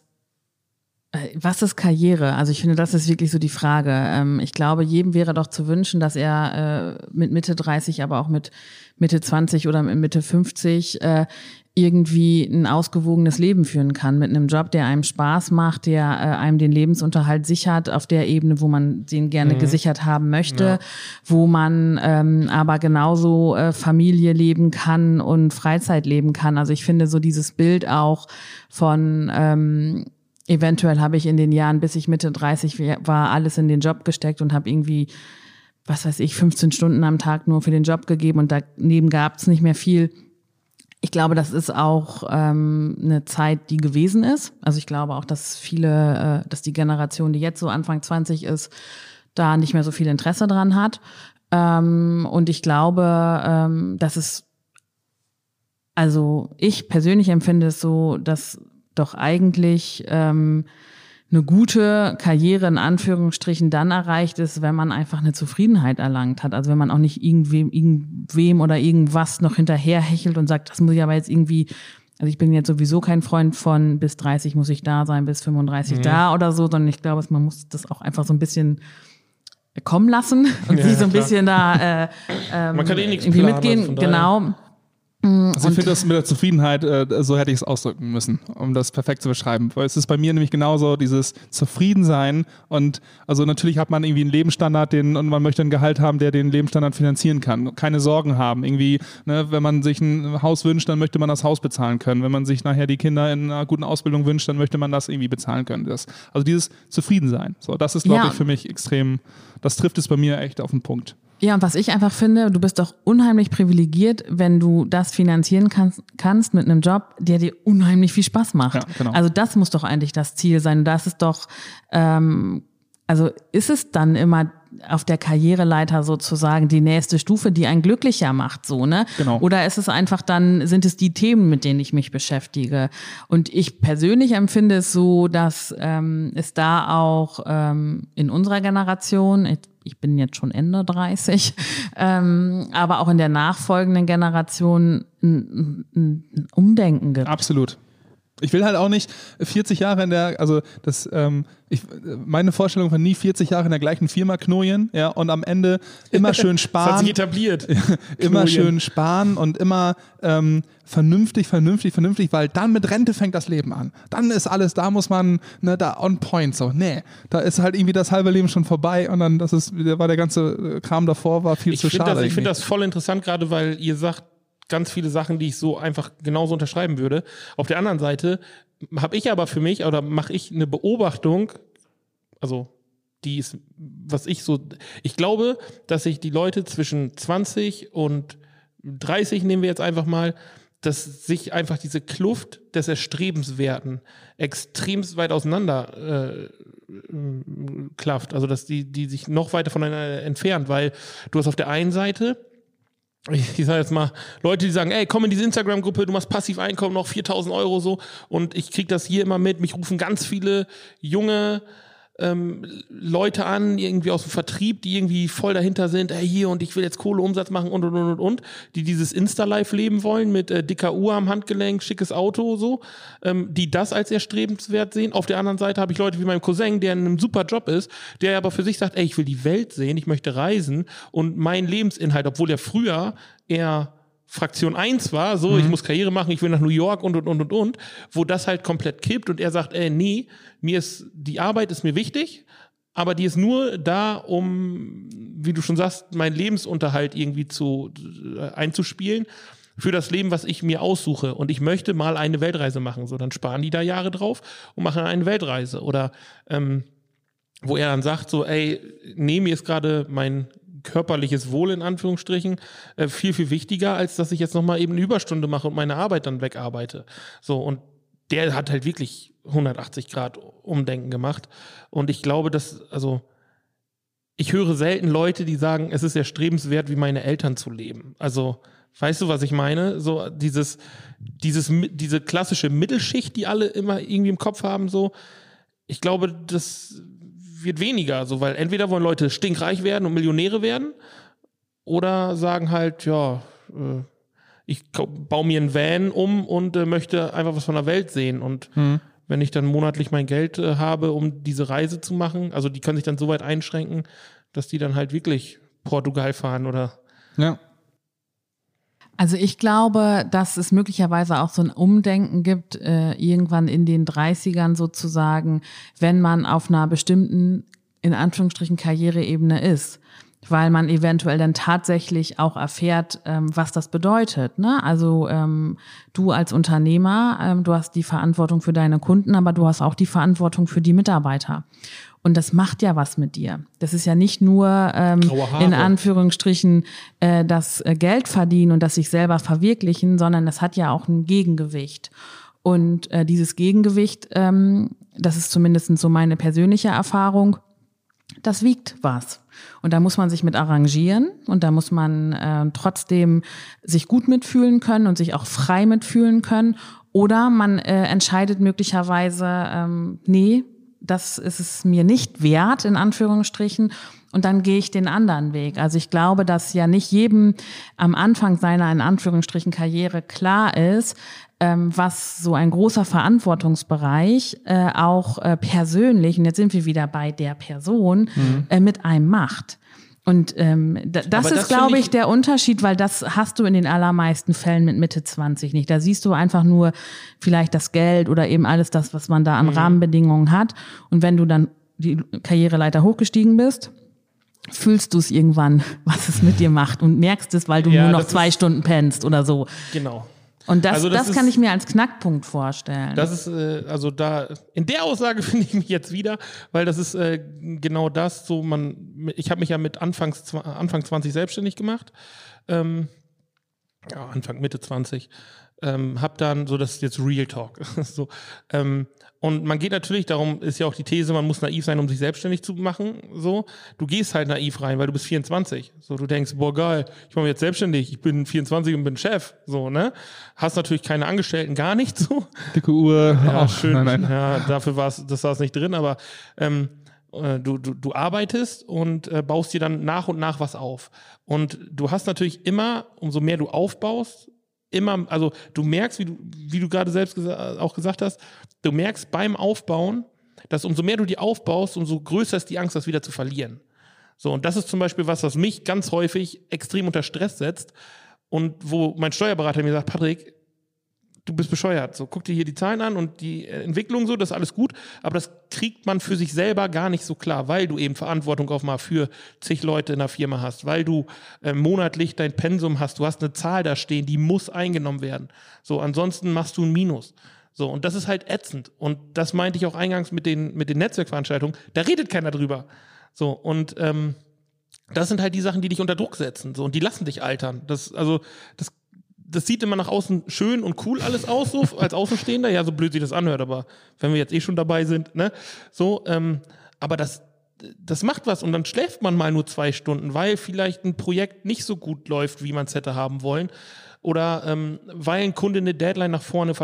was ist Karriere? Also ich finde, das ist wirklich so die Frage. Ähm, ich glaube, jedem wäre doch zu wünschen, dass er äh, mit Mitte dreißig, aber auch mit Mitte zwanzig oder mit Mitte fünfzig äh, irgendwie ein ausgewogenes Leben führen kann mit einem Job, der einem Spaß macht, der äh, einem den Lebensunterhalt sichert auf der Ebene, wo man den gerne mhm. gesichert haben möchte, ja. wo man ähm, aber genauso äh, Familie leben kann und Freizeit leben kann. Also ich finde so dieses Bild auch von ähm, eventuell habe ich in den Jahren, bis ich Mitte dreißig war, alles in den Job gesteckt und habe irgendwie, was weiß ich, fünfzehn Stunden am Tag nur für den Job gegeben und daneben gab es nicht mehr viel. Ich glaube, das ist auch ähm, eine Zeit, die gewesen ist. Also ich glaube auch, dass viele, äh, dass die Generation, die jetzt so Anfang zwanzig ist, da nicht mehr so viel Interesse dran hat. Ähm, und ich glaube, ähm, dass es, also ich persönlich empfinde es so, dass doch eigentlich ähm, eine gute Karriere in Anführungsstrichen dann erreicht ist, wenn man einfach eine Zufriedenheit erlangt hat. Also wenn man auch nicht irgendwem, irgendwem oder irgendwas noch hinterherhechelt und sagt, das muss ich aber jetzt irgendwie, also ich bin jetzt sowieso kein Freund von bis dreißig muss ich da sein, bis fünfunddreißig mhm. da oder so, sondern ich glaube, man muss das auch einfach so ein bisschen kommen lassen und ja, sich so ein klar. bisschen da äh, ähm, man kann eh nichts irgendwie planen, mitgehen. also genau. Also ich finde das mit der Zufriedenheit, äh, so hätte ich es ausdrücken müssen, um das perfekt zu beschreiben. Weil es ist bei mir nämlich genauso dieses Zufriedensein und also natürlich hat man irgendwie einen Lebensstandard, den und man möchte ein Gehalt haben, der den Lebensstandard finanzieren kann. Keine Sorgen haben. Irgendwie, ne, wenn man sich ein Haus wünscht, dann möchte man das Haus bezahlen können. Wenn man sich nachher die Kinder in einer guten Ausbildung wünscht, dann möchte man das irgendwie bezahlen können. Das, also dieses Zufriedensein. So, das ist, glaube ja. ich, für mich extrem, das trifft es bei mir echt auf den Punkt. Ja, und was ich einfach finde, du bist doch unheimlich privilegiert, wenn du das finanzieren kannst, kannst mit einem Job, der dir unheimlich viel Spaß macht. Ja, genau. Also das muss doch eigentlich das Ziel sein. Und das ist doch, ähm, also ist es dann immer auf der Karriereleiter sozusagen die nächste Stufe, die einen glücklicher macht, so, ne? Genau. Oder ist es einfach dann, sind es die Themen, mit denen ich mich beschäftige? Und ich persönlich empfinde es so, dass ähm, es da auch ähm, in unserer Generation, ich, ich bin jetzt schon Ende dreißig, ähm, aber auch in der nachfolgenden Generation ein, ein, ein Umdenken gibt. Absolut. Ich will halt auch nicht vierzig Jahre in der, also das, ähm, ich, meine Vorstellung war nie vierzig Jahre in der gleichen Firma knojen, ja, und am Ende immer schön sparen. Das hat sich etabliert. Immer schön sparen und immer ähm, vernünftig, vernünftig, vernünftig, weil dann mit Rente fängt das Leben an. Dann ist alles, da muss man, ne, da on point, so, nee, da ist halt irgendwie das halbe Leben schon vorbei und dann, das ist, war der ganze Kram davor, war viel ich zu schade. Das, ich finde das voll interessant, gerade weil ihr sagt, ganz viele Sachen, die ich so einfach genauso unterschreiben würde. Auf der anderen Seite habe ich aber für mich oder mache ich eine Beobachtung, also die ist, was ich so, ich glaube, dass sich die Leute zwischen zwanzig und dreißig, nehmen wir jetzt einfach mal, dass sich einfach diese Kluft des Erstrebenswerten extrem weit auseinander äh, klafft. Also dass die, die sich noch weiter voneinander entfernt, weil du hast auf der einen Seite Ich, ich sage jetzt mal, Leute, die sagen, ey, komm in diese Instagram-Gruppe, du machst Passiveinkommen, noch viertausend Euro so und ich krieg das hier immer mit, mich rufen ganz viele junge, ähm, Leute an, irgendwie aus dem Vertrieb, die irgendwie voll dahinter sind, ey, hier und ich will jetzt Kohleumsatz machen und und und und und, die dieses Insta-Life leben wollen mit äh, dicker Uhr am Handgelenk, schickes Auto, so, ähm, die das als erstrebenswert sehen. Auf der anderen Seite habe ich Leute wie mein Cousin, der in einem super Job ist, der aber für sich sagt, ey, ich will die Welt sehen, ich möchte reisen und mein Lebensinhalt, obwohl er früher eher Fraktion eins war, so, mhm. ich muss Karriere machen, ich will nach New York und, und, und, und, und, wo das halt komplett kippt und er sagt, ey, nee, mir ist, die Arbeit ist mir wichtig, aber die ist nur da, um, wie du schon sagst, meinen Lebensunterhalt irgendwie zu, äh, einzuspielen für das Leben, was ich mir aussuche und ich möchte mal eine Weltreise machen, so, dann sparen die da Jahre drauf und machen eine Weltreise oder, ähm, wo er dann sagt so, ey, nee, mir ist gerade mein körperliches Wohl in Anführungsstrichen äh, viel, viel wichtiger, als dass ich jetzt nochmal eben eine Überstunde mache und meine Arbeit dann wegarbeite. So, und der hat halt wirklich hundertachtzig Grad Umdenken gemacht. Und ich glaube, dass, also, ich höre selten Leute, die sagen, es ist erstrebenswert, wie meine Eltern zu leben. Also, weißt du, was ich meine? So, dieses, dieses, diese klassische Mittelschicht, die alle immer irgendwie im Kopf haben, so, ich glaube, das wird weniger, so, weil entweder wollen Leute stinkreich werden und Millionäre werden oder sagen halt, ja, äh, ich baue mir einen Van um und äh, möchte einfach was von der Welt sehen und hm. wenn ich dann monatlich mein Geld äh, habe, um diese Reise zu machen, also die können sich dann so weit einschränken, dass die dann halt wirklich Portugal fahren oder ja. Also ich glaube, dass es möglicherweise auch so ein Umdenken gibt, äh, irgendwann in den dreißigern sozusagen, wenn man auf einer bestimmten, in Anführungsstrichen, Karriereebene ist. Weil man eventuell dann tatsächlich auch erfährt, ähm, was das bedeutet. Ne? Also ähm, du als Unternehmer, ähm, du hast die Verantwortung für deine Kunden, aber du hast auch die Verantwortung für die Mitarbeiter. Und das macht ja was mit dir. Das ist ja nicht nur ähm, in Anführungsstrichen äh, das äh, Geld verdienen und das sich selber verwirklichen, sondern das hat ja auch ein Gegengewicht. Und äh, dieses Gegengewicht, ähm, das ist zumindest so meine persönliche Erfahrung, das wiegt was. Und da muss man sich mit arrangieren und da muss man äh, trotzdem sich gut mitfühlen können und sich auch frei mitfühlen können. Oder man äh, entscheidet möglicherweise, ähm, nee, das ist es mir nicht wert, in Anführungsstrichen, und dann gehe ich den anderen Weg. Also ich glaube, dass ja nicht jedem am Anfang seiner, in Anführungsstrichen, Karriere klar ist, ähm, was so ein großer Verantwortungsbereich äh, auch äh, persönlich, und jetzt sind wir wieder bei der Person, mhm. äh, mit einem macht. Und ähm, da, das Aber ist, glaube ich, ich, der Unterschied, weil das hast du in den allermeisten Fällen mit Mitte zwanzig nicht. Da siehst du einfach nur vielleicht das Geld oder eben alles das, was man da an mhm. Rahmenbedingungen hat. Und wenn du dann die Karriereleiter hochgestiegen bist, fühlst du es irgendwann, was es mit dir macht und merkst es, weil du ja, nur noch zwei Stunden pennst oder so. Genau. Und das, also das, das ist, kann ich mir als Knackpunkt vorstellen. Das ist, äh, also da, in der Aussage finde ich mich jetzt wieder, weil das ist äh, genau das, so man, ich habe mich ja mit Anfangs, Anfang zwanzig selbstständig gemacht, ähm, ja, Anfang, Mitte zwanzig, ähm, hab dann, so das ist jetzt Real Talk, so, ähm, und man geht natürlich, darum ist ja auch die These, man muss naiv sein, um sich selbstständig zu machen, so. Du gehst halt naiv rein, weil du bist vierundzwanzig. So, du denkst, boah, geil, ich mache mich jetzt selbstständig, ich bin vierundzwanzig und bin Chef, so, ne? Hast natürlich keine Angestellten, gar nichts, so. Dicke Uhr, ja, auch schön. Nein, nein. Ja, dafür war es, das saß nicht drin, aber, ähm, Du, du, du arbeitest und äh, baust dir dann nach und nach was auf. Und du hast natürlich immer, umso mehr du aufbaust, immer, also du merkst, wie du, wie du gerade selbst gesa- auch gesagt hast, du merkst beim Aufbauen, dass umso mehr du die aufbaust, umso größer ist die Angst, das wieder zu verlieren. So, und das ist zum Beispiel was, was mich ganz häufig extrem unter Stress setzt und wo mein Steuerberater mir sagt, Patrick, du bist bescheuert. So, guck dir hier die Zahlen an und die Entwicklung so, das ist alles gut, aber das kriegt man für sich selber gar nicht so klar, weil du eben Verantwortung auf mal für zig Leute in der Firma hast, weil du äh, monatlich dein Pensum hast, du hast eine Zahl da stehen, die muss eingenommen werden. So, ansonsten machst du ein Minus. So, und das ist halt ätzend. Und das meinte ich auch eingangs mit den, mit den Netzwerkveranstaltungen, da redet keiner drüber. So, und ähm, das sind halt die Sachen, die dich unter Druck setzen, so, und die lassen dich altern. Das, also, das Das sieht immer nach außen schön und cool alles aus, so als Außenstehender, ja, so blöd sich das anhört, aber wenn wir jetzt eh schon dabei sind, ne, so, ähm, aber das, das macht was und dann schläft man mal nur zwei Stunden, weil vielleicht ein Projekt nicht so gut läuft, wie man es hätte haben wollen oder ähm, weil ein Kunde eine Deadline nach vorne ver-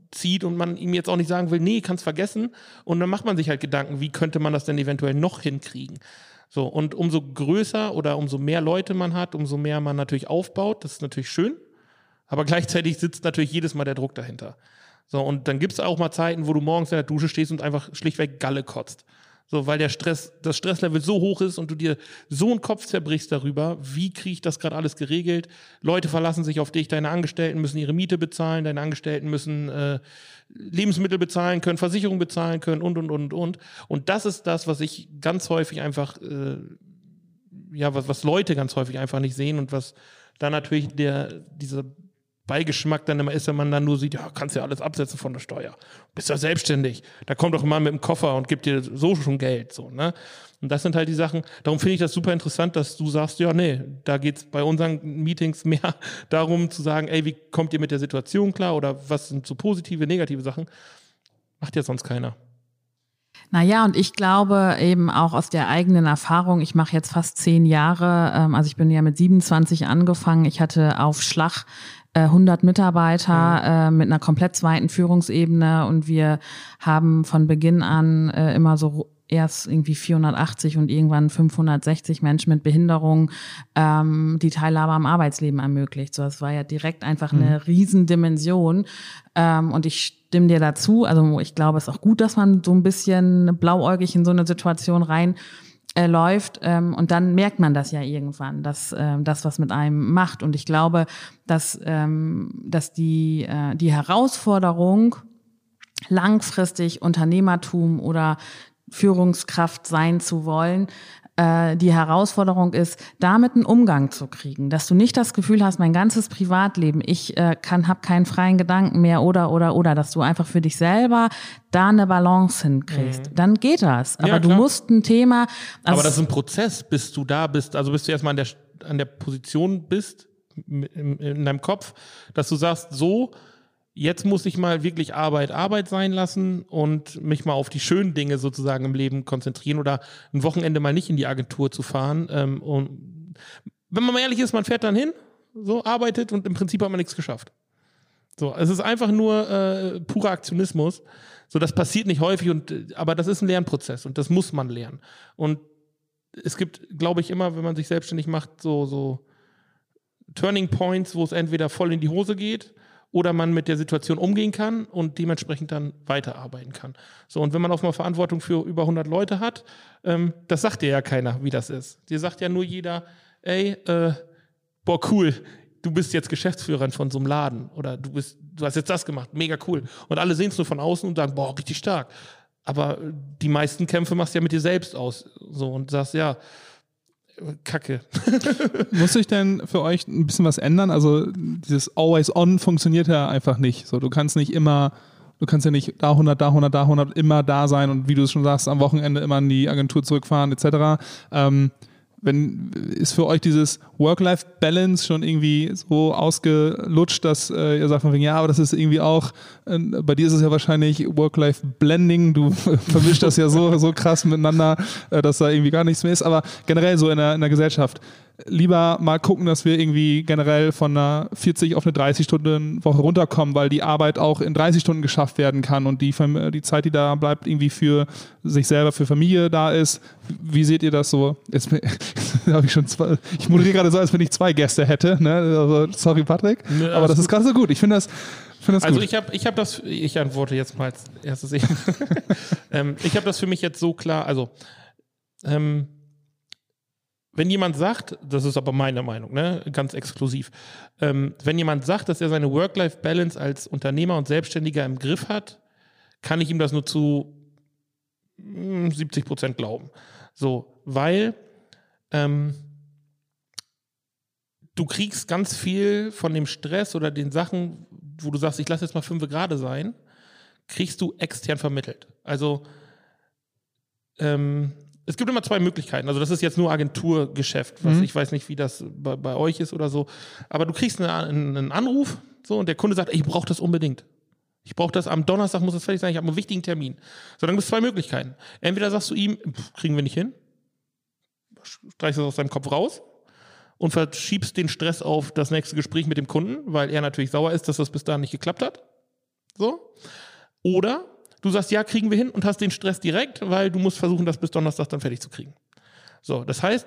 zieht und man ihm jetzt auch nicht sagen will, nee, kannst vergessen. Und dann macht man sich halt Gedanken, wie könnte man das denn eventuell noch hinkriegen? So, und umso größer oder umso mehr Leute man hat, umso mehr man natürlich aufbaut, das ist natürlich schön, aber gleichzeitig sitzt natürlich jedes Mal der Druck dahinter. So, und dann gibt es auch mal Zeiten, wo du morgens in der Dusche stehst und einfach schlichtweg Galle kotzt. So, weil der Stress, das Stresslevel so hoch ist und du dir so einen Kopf zerbrichst darüber, wie kriege ich das gerade alles geregelt? Leute verlassen sich auf dich, deine Angestellten müssen ihre Miete bezahlen, deine Angestellten müssen äh, Lebensmittel bezahlen können, Versicherung bezahlen können und, und, und, und. Und das ist das, was ich ganz häufig einfach, äh, ja, was, was Leute ganz häufig einfach nicht sehen und was da natürlich der, dieser Beigeschmack dann immer ist, wenn man dann nur sieht, ja, kannst ja alles absetzen von der Steuer. Bist ja selbstständig. Da kommt doch mal mit dem Koffer und gibt dir so schon Geld. So, ne? Und das sind halt die Sachen, darum finde ich das super interessant, dass du sagst, ja, nee, da geht's bei unseren Meetings mehr darum zu sagen, ey, wie kommt ihr mit der Situation klar oder was sind so positive, negative Sachen? Macht ja sonst keiner. Naja, und ich glaube eben auch aus der eigenen Erfahrung, ich mache jetzt fast zehn Jahre, ähm, also ich bin ja mit siebenundzwanzig angefangen, ich hatte auf Schlag hundert Mitarbeiter äh, mit einer komplett zweiten Führungsebene und wir haben von Beginn an äh, immer so erst irgendwie vierhundertachtzig und irgendwann fünfhundertsechzig Menschen mit Behinderung ähm, die Teilhabe am Arbeitsleben ermöglicht. So, das war ja direkt einfach eine mhm. Riesendimension. Ähm, und ich stimme dir dazu. Also ich glaube, es ist auch gut, dass man so ein bisschen blauäugig in so eine Situation rein äh, läuft. Ähm, und dann merkt man das ja irgendwann, dass äh, das was mit einem macht. Und ich glaube, dass ähm, dass die äh, die Herausforderung langfristig Unternehmertum oder Führungskraft sein zu wollen, äh, die Herausforderung ist, damit einen Umgang zu kriegen, dass du nicht das Gefühl hast, mein ganzes Privatleben, ich äh, kann, habe keinen freien Gedanken mehr oder oder oder, dass du einfach für dich selber da eine Balance hinkriegst. Mhm. Dann geht das. Aber ja, du musst ein Thema. Also aber das ist ein Prozess, bis du da bist. Also bis du erstmal an der an der Position bist in, in deinem Kopf, dass du sagst, so. Jetzt muss ich mal wirklich Arbeit Arbeit sein lassen und mich mal auf die schönen Dinge sozusagen im Leben konzentrieren oder ein Wochenende mal nicht in die Agentur zu fahren. Ähm, und wenn man mal ehrlich ist, man fährt dann hin, so arbeitet und im Prinzip hat man nichts geschafft. So, es ist einfach nur äh, purer Aktionismus. So, das passiert nicht häufig, und aber das ist ein Lernprozess und das muss man lernen. Und es gibt, glaube ich, immer, wenn man sich selbstständig macht, so, so Turning Points, wo es entweder voll in die Hose geht oder man mit der Situation umgehen kann und dementsprechend dann weiterarbeiten kann. So, und wenn man auch mal Verantwortung für über hundert Leute hat, ähm, das sagt dir ja keiner, wie das ist. Dir sagt ja nur jeder, ey, äh, boah, cool, du bist jetzt Geschäftsführerin von so einem Laden oder du bist, du hast jetzt das gemacht, mega cool. Und alle sehen es nur von außen und sagen, boah, richtig stark. Aber die meisten Kämpfe machst du ja mit dir selbst aus. So, und sagst, ja, Kacke. Muss sich denn für euch ein bisschen was ändern? Also dieses Always On funktioniert ja einfach nicht. So, du kannst nicht immer, du kannst ja nicht da hundert, da hundert, da hundert immer da sein und wie du es schon sagst, am Wochenende immer in die Agentur zurückfahren et cetera. Ähm, wenn, ist für euch dieses Work-Life-Balance schon irgendwie so ausgelutscht, dass äh, ihr sagt von wegen, ja, aber das ist irgendwie auch, äh, bei dir ist es ja wahrscheinlich Work-Life-Blending, du vermischst das ja so, so krass miteinander, äh, dass da irgendwie gar nichts mehr ist, aber generell so in der, in der Gesellschaft, lieber mal gucken, dass wir irgendwie generell von einer vierzig auf eine dreißig-Stunden-Woche runterkommen, weil die Arbeit auch in dreißig Stunden geschafft werden kann und die, die Zeit, die da bleibt, irgendwie für sich selber, für Familie da ist. Wie seht ihr das so? Jetzt habe ich schon zwei, ich moderiere gerade so, als wenn ich zwei Gäste hätte. Ne? Also, sorry, Patrick, ja, aber das gut. Ist gerade so gut. Ich finde das, find das also gut. ich habe ich hab das, ich antworte jetzt mal als erstes. Ich, ähm, ich habe das für mich jetzt so klar, also ähm, wenn jemand sagt, das ist aber meine Meinung, ne, ganz exklusiv, ähm, wenn jemand sagt, dass er seine Work-Life-Balance als Unternehmer und Selbstständiger im Griff hat, kann ich ihm das nur zu mh, siebzig Prozent glauben. So, weil ähm, du kriegst ganz viel von dem Stress oder den Sachen, wo du sagst, ich lasse jetzt mal fünf gerade sein, kriegst du extern vermittelt. Also ähm, es gibt immer zwei Möglichkeiten. Also das ist jetzt nur Agenturgeschäft. Was, mhm. Ich weiß nicht, wie das bei, bei euch ist oder so. Aber du kriegst eine, einen Anruf so, und der Kunde sagt, ey, ich brauche das unbedingt. Ich brauche das am Donnerstag, muss das fertig sein, ich habe einen wichtigen Termin. So, dann gibt es zwei Möglichkeiten. Entweder sagst du ihm, pff, kriegen wir nicht hin, streichst das aus deinem Kopf raus und verschiebst den Stress auf das nächste Gespräch mit dem Kunden, weil er natürlich sauer ist, dass das bis dahin nicht geklappt hat. So. Oder du sagst, ja, kriegen wir hin und hast den Stress direkt, weil du musst versuchen, das bis Donnerstag dann fertig zu kriegen. So, das heißt,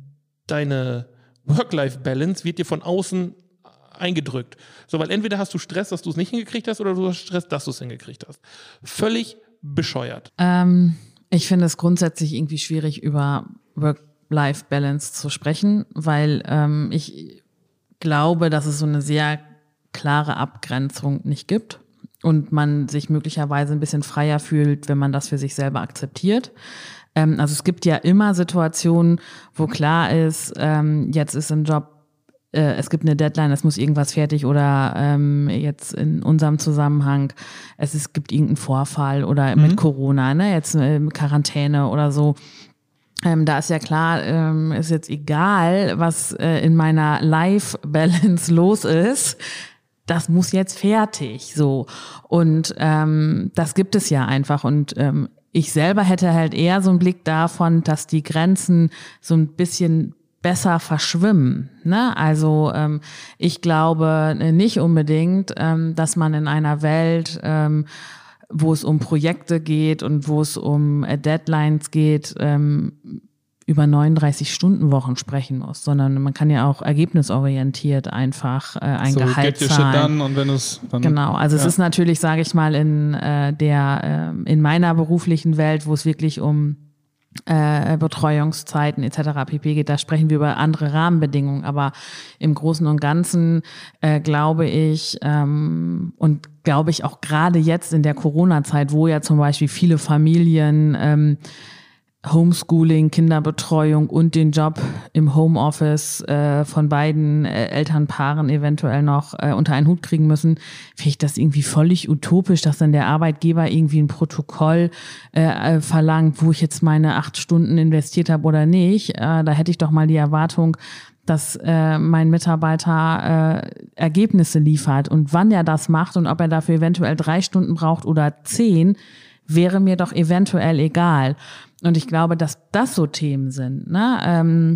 deine Work-Life-Balance wird dir von außen eingedrückt. So, weil entweder hast du Stress, dass du es nicht hingekriegt hast, oder du hast Stress, dass du es hingekriegt hast. Völlig bescheuert. Ähm, ich finde es grundsätzlich irgendwie schwierig, über Work-Life-Balance zu sprechen, weil ähm, ich glaube, dass es so eine sehr klare Abgrenzung nicht gibt und man sich möglicherweise ein bisschen freier fühlt, wenn man das für sich selber akzeptiert. Ähm, also es gibt ja immer Situationen, wo klar ist, ähm, jetzt ist im Job, äh, es gibt eine Deadline, es muss irgendwas fertig oder ähm, jetzt in unserem Zusammenhang, es, es gibt irgendeinen Vorfall oder mhm. mit Corona, ne, jetzt äh, Quarantäne oder so. Ähm, da ist ja klar, ähm, ist jetzt egal, was äh, in meiner Life-Balance los ist. Das muss jetzt fertig, so. Und ähm, das gibt es ja einfach. Und ähm, ich selber hätte halt eher so einen Blick davon, dass die Grenzen so ein bisschen besser verschwimmen. Ne? Also ähm, ich glaube nicht unbedingt, ähm, dass man in einer Welt, ähm, wo es um Projekte geht und wo es um äh, Deadlines geht, ähm, über neununddreißig-Stunden-Wochen sprechen muss, sondern man kann ja auch ergebnisorientiert einfach äh, ein so, Gehalt get your zahlen. shit done und wenn es dann, genau, also ja. es ist natürlich, sage ich mal, in äh, der äh, in meiner beruflichen Welt, wo es wirklich um äh, Betreuungszeiten et cetera pp. Geht, da sprechen wir über andere Rahmenbedingungen, aber im Großen und Ganzen äh, glaube ich ähm, und glaube ich auch gerade jetzt in der Corona-Zeit, wo ja zum Beispiel viele Familien ähm, Homeschooling, Kinderbetreuung und den Job im Homeoffice äh, von beiden äh, Elternpaaren eventuell noch äh, unter einen Hut kriegen müssen, finde ich das irgendwie völlig utopisch, dass dann der Arbeitgeber irgendwie ein Protokoll äh, verlangt, wo ich jetzt meine acht Stunden investiert habe oder nicht. Äh, da hätte ich doch mal die Erwartung, dass äh, mein Mitarbeiter äh, Ergebnisse liefert und wann er das macht und ob er dafür eventuell drei Stunden braucht oder zehn, wäre mir doch eventuell egal. Und ich glaube, dass das so Themen sind, ne? ähm,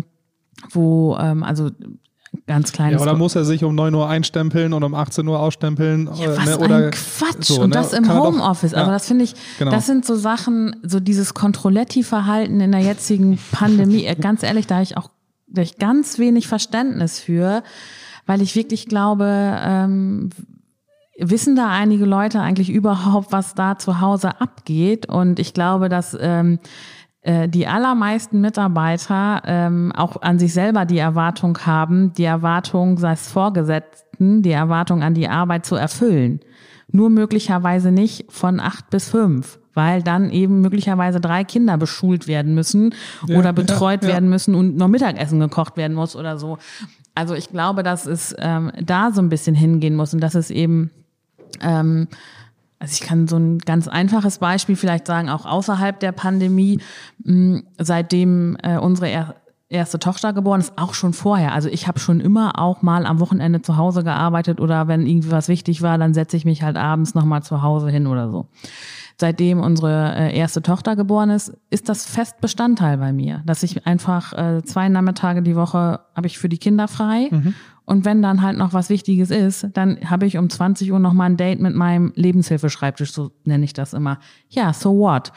wo, ähm, also ganz kleines... Ja, oder muss er sich um neun Uhr einstempeln und um achtzehn Uhr ausstempeln? Ja, was ne? Oder ein Quatsch. so, und ne? das im Kann Homeoffice. doch, ja. Aber das finde ich, genau. das sind so Sachen, so dieses Controletti-Verhalten in der jetzigen Pandemie. Ganz ehrlich, da habe ich auch da hab ich ganz wenig Verständnis für, weil ich wirklich glaube... Ähm, wissen da einige Leute eigentlich überhaupt, was da zu Hause abgeht? Und ich glaube, dass ähm, äh, die allermeisten Mitarbeiter ähm, auch an sich selber die Erwartung haben, die Erwartung seines Vorgesetzten, die Erwartung an die Arbeit zu erfüllen. Nur möglicherweise nicht von acht bis fünf, weil dann eben möglicherweise drei Kinder beschult werden müssen ja, oder betreut ja, ja. werden müssen und noch Mittagessen gekocht werden muss oder so. Also ich glaube, dass es ähm, da so ein bisschen hingehen muss und dass es eben Ähm, also ich kann so ein ganz einfaches Beispiel vielleicht sagen, auch außerhalb der Pandemie, mh, seitdem äh, unsere er- erste Tochter geboren ist, auch schon vorher. Also ich habe schon immer auch mal am Wochenende zu Hause gearbeitet oder wenn irgendwie was wichtig war, dann setze ich mich halt abends nochmal zu Hause hin oder so. Seitdem unsere äh, erste Tochter geboren ist, ist das fest Bestandteil bei mir, dass ich einfach äh, zwei Nachmittage die Woche habe ich für die Kinder frei. Mhm. Und wenn dann halt noch was Wichtiges ist, dann habe ich um zwanzig Uhr noch mal ein Date mit meinem Lebenshilfeschreibtisch, so nenne ich das immer. Ja, so what?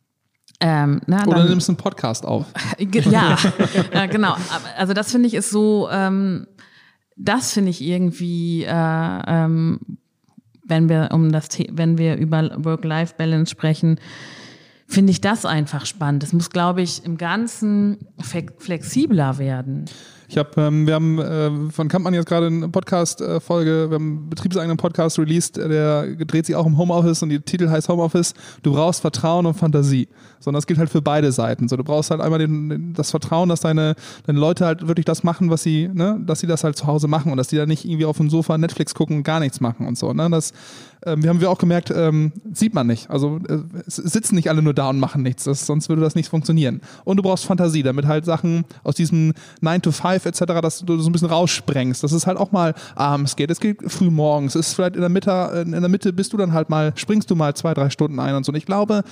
Ähm, na, Oder dann, nimmst du einen Podcast auf. Ja, äh, genau. Also das finde ich ist so, ähm, das finde ich irgendwie, äh, ähm, wenn wir um das, The- wenn wir über Work-Life-Balance sprechen, finde ich das einfach spannend. Es muss, glaube ich, im Ganzen fe- flexibler werden. Ich habe, ähm, wir haben äh, von Kampmann jetzt gerade eine Podcast-Folge, wir haben einen betriebseigenen Podcast released, der dreht sich auch im Homeoffice und der Titel heißt Homeoffice. Du brauchst Vertrauen und Fantasie. So, und das gilt halt für beide Seiten. So, du brauchst halt einmal den, den, das Vertrauen, dass deine, deine Leute halt wirklich das machen, was sie, ne, dass sie das halt zu Hause machen und dass die da nicht irgendwie auf dem Sofa Netflix gucken und gar nichts machen und so. Ne? Das, ähm, wir haben wir auch gemerkt, ähm, sieht man nicht. Also äh, es sitzen nicht alle nur da und machen nichts, das, sonst würde das nicht funktionieren. Und du brauchst Fantasie, damit halt Sachen aus diesem nine to five et cetera, dass du so ein bisschen raussprengst. Dass es halt auch mal abends geht, es geht früh morgens, es ist vielleicht in der Mitte, in der Mitte bist du dann halt mal, springst du mal zwei, drei Stunden ein und so. Und ich glaube,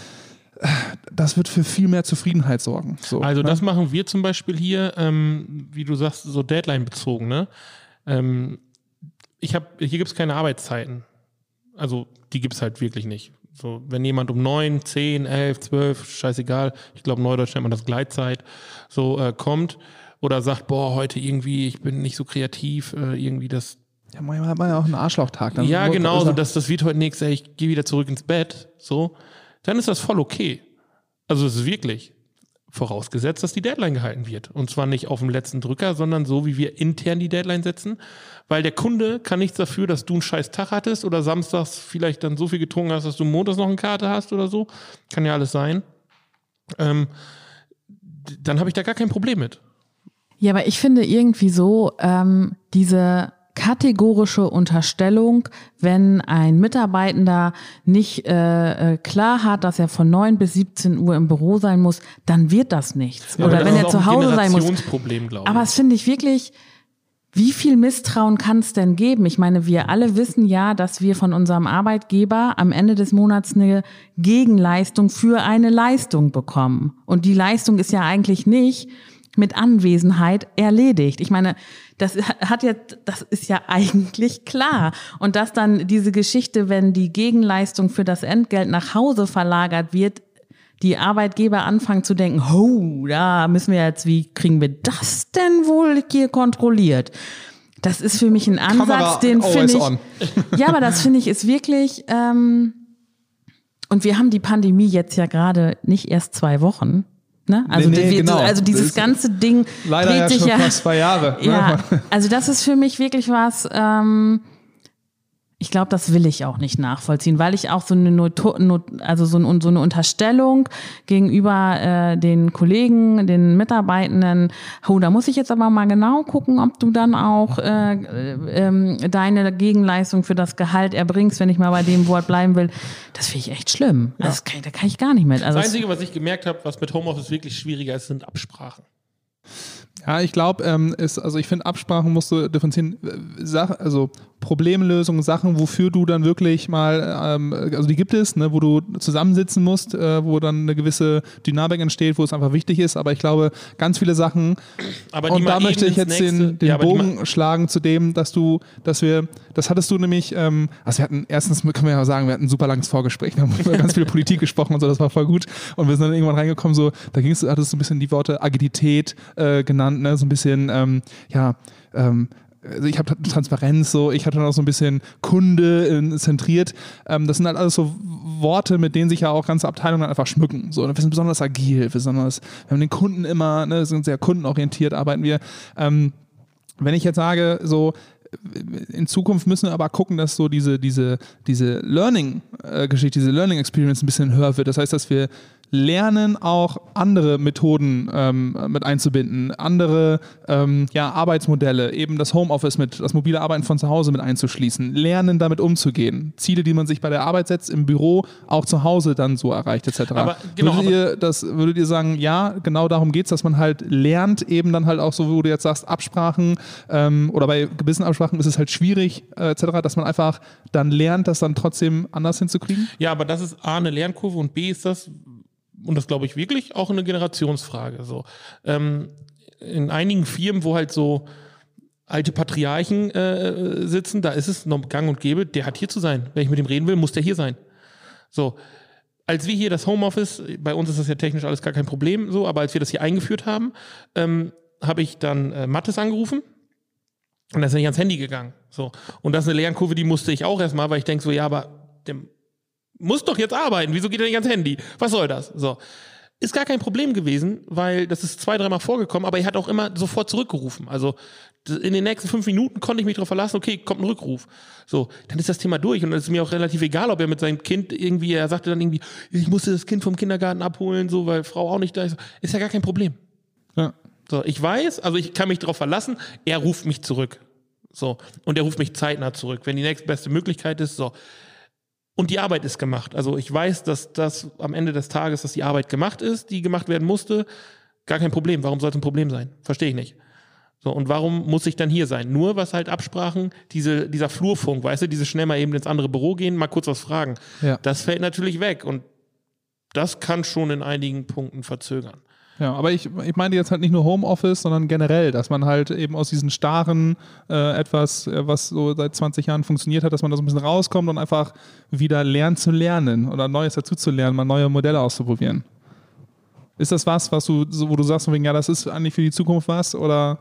das wird für viel mehr Zufriedenheit sorgen. So, also ne? das machen wir zum Beispiel hier, ähm, wie du sagst, so Deadline bezogen. Ne? Ähm, ich hab, hier gibt es keine Arbeitszeiten. Also die gibt's halt wirklich nicht. So, wenn jemand um neun, zehn, elf, zwölf, scheißegal, ich glaube Neudeutsch nennt man das Gleitzeit, so äh, kommt oder sagt, boah, heute irgendwie, ich bin nicht so kreativ, äh, irgendwie das. Ja, manchmal hat man ja auch einen Arschlochtag. Dann ja, genau, so, das, das wird heute nichts, ey, ich gehe wieder zurück ins Bett, so, dann ist das voll okay. Also es ist wirklich vorausgesetzt, dass die Deadline gehalten wird. Und zwar nicht auf dem letzten Drücker, sondern so, wie wir intern die Deadline setzen. Weil der Kunde kann nichts dafür, dass du einen scheiß Tag hattest oder samstags vielleicht dann so viel getrunken hast, dass du montags noch eine Karte hast oder so. Kann ja alles sein. Ähm, dann habe ich da gar kein Problem mit. Ja, aber ich finde irgendwie so, ähm, diese kategorische Unterstellung, wenn ein Mitarbeitender nicht äh, klar hat, dass er von neun bis siebzehn Uhr im Büro sein muss, dann wird das nichts. Ja, oder wenn er zu Hause sein muss. Glaube aber das finde ich wirklich, wie viel Misstrauen kann es denn geben? Ich meine, wir alle wissen ja, dass wir von unserem Arbeitgeber am Ende des Monats eine Gegenleistung für eine Leistung bekommen. Und die Leistung ist ja eigentlich nicht mit Anwesenheit erledigt. Ich meine, das hat ja, das ist ja eigentlich klar. Und dass dann diese Geschichte, wenn die Gegenleistung für das Entgelt nach Hause verlagert wird, die Arbeitgeber anfangen zu denken, oh, da müssen wir jetzt, wie kriegen wir das denn wohl hier kontrolliert? Das ist für mich ein Ansatz, Kamera den finde ich, on. ja, aber das finde ich ist wirklich, ähm, und wir haben die Pandemie jetzt ja gerade nicht erst zwei Wochen. Ne? Also, nee, nee, die, genau. also dieses ganze Ding leider dreht ja sich schon ja fast zwei Jahre. Ja, also das ist für mich wirklich was, ähm, ich glaube, das will ich auch nicht nachvollziehen, weil ich auch so eine Not- Not- also so, ein, so eine Unterstellung gegenüber äh, den Kollegen, den Mitarbeitenden, oh, da muss ich jetzt aber mal genau gucken, ob du dann auch äh, äh, deine Gegenleistung für das Gehalt erbringst, wenn ich mal bei dem Wort bleiben will. Das finde ich echt schlimm. Ja. Das kann, da kann ich gar nicht mit. Also das Einzige, was ich gemerkt habe, was mit Homeoffice wirklich schwieriger ist, sind Absprachen. Ja, ich glaube, ähm, ist, also ich finde, Absprachen musst du differenzieren, Sachen, also Problemlösungen, Sachen, wofür du dann wirklich mal, ähm, also die gibt es, ne, wo du zusammensitzen musst, äh, wo dann eine gewisse Dynamik entsteht, wo es einfach wichtig ist, aber ich glaube, ganz viele Sachen, aber und da möchte ich jetzt nächste, den, den ja, Bogen schlagen zu dem, dass du, dass wir, das hattest du nämlich, ähm, also wir hatten, erstens können wir ja sagen, wir hatten ein super langes Vorgespräch, wir haben über ganz viele Politik gesprochen und so, das war voll gut und wir sind dann irgendwann reingekommen, so, da ging's, hattest du ein bisschen die Worte Agilität äh, genannt, ne, so ein bisschen, ähm, ja, ähm, also ich habe Transparenz, so, ich hatte dann auch so ein bisschen Kunde äh, zentriert. Ähm, das sind halt alles so Worte, mit denen sich ja auch ganze Abteilungen dann einfach schmücken. So, wir sind besonders agil, besonders, wir haben den Kunden immer, ne, sind sehr kundenorientiert, arbeiten wir. Ähm, wenn ich jetzt sage, so, in Zukunft müssen wir aber gucken, dass so diese, diese, diese Learning-Geschichte, diese Learning-Experience ein bisschen höher wird. Das heißt, dass wir lernen, auch andere Methoden ähm, mit einzubinden, andere ähm, ja, Arbeitsmodelle, eben das Homeoffice mit, das mobile Arbeiten von zu Hause mit einzuschließen, lernen, damit umzugehen. Ziele, die man sich bei der Arbeit setzt, im Büro, auch zu Hause dann so erreicht, et cetera. Aber, genau, würdet, ihr das, würdet ihr sagen, ja, genau darum geht es, dass man halt lernt, eben dann halt auch so, wo du jetzt sagst, Absprachen ähm, oder bei gewissen Absprachen ist es halt schwierig, äh, et cetera, dass man einfach dann lernt, das dann trotzdem anders hinzukriegen? Ja, aber das ist A, eine Lernkurve und B ist das, und das glaube ich wirklich, auch eine Generationsfrage. So. Ähm, in einigen Firmen, wo halt so alte Patriarchen äh, sitzen, da ist es noch gang und gäbe, der hat hier zu sein. Wenn ich mit dem reden will, muss der hier sein. So. Als wir hier das Homeoffice, bei uns ist das ja technisch alles gar kein Problem, so, aber als wir das hier eingeführt haben, ähm, habe ich dann äh, Mathis angerufen und da ist er nicht ans Handy gegangen. So. Und das ist eine Lernkurve, die musste ich auch erstmal, weil ich denke so, ja, aber der muss doch jetzt arbeiten, wieso geht er nicht ans Handy? Was soll das? So. Ist gar kein Problem gewesen, weil das ist zwei, dreimal vorgekommen, aber er hat auch immer sofort zurückgerufen. Also in den nächsten fünf Minuten konnte ich mich darauf verlassen, okay, kommt ein Rückruf. So, dann ist das Thema durch und es ist mir auch relativ egal, ob er mit seinem Kind irgendwie, er sagte dann irgendwie, ich musste das Kind vom Kindergarten abholen, so, weil Frau auch nicht da ist. Ist ja gar kein Problem. Ja. So, ich weiß, also ich kann mich darauf verlassen, er ruft mich zurück. So, und er ruft mich zeitnah zurück, wenn die nächstbeste Möglichkeit ist, so. Und die Arbeit ist gemacht. Also ich weiß, dass das am Ende des Tages, dass die Arbeit gemacht ist, die gemacht werden musste. Gar kein Problem. Warum soll es ein Problem sein? Verstehe ich nicht. So, und warum muss ich dann hier sein? Nur was halt Absprachen, diese, dieser Flurfunk, weißt du, dieses schnell mal eben ins andere Büro gehen, mal kurz was fragen. Ja. Das fällt natürlich weg und das kann schon in einigen Punkten verzögern. Ja, aber ich, ich meine jetzt halt nicht nur Homeoffice, sondern generell, dass man halt eben aus diesen starren äh, etwas, äh, was so seit zwanzig Jahren funktioniert hat, dass man da so ein bisschen rauskommt und einfach wieder lernt zu lernen oder Neues dazu zu lernen, mal neue Modelle auszuprobieren. Ist das was, was du, wo du sagst, ja, das ist eigentlich für die Zukunft was, oder?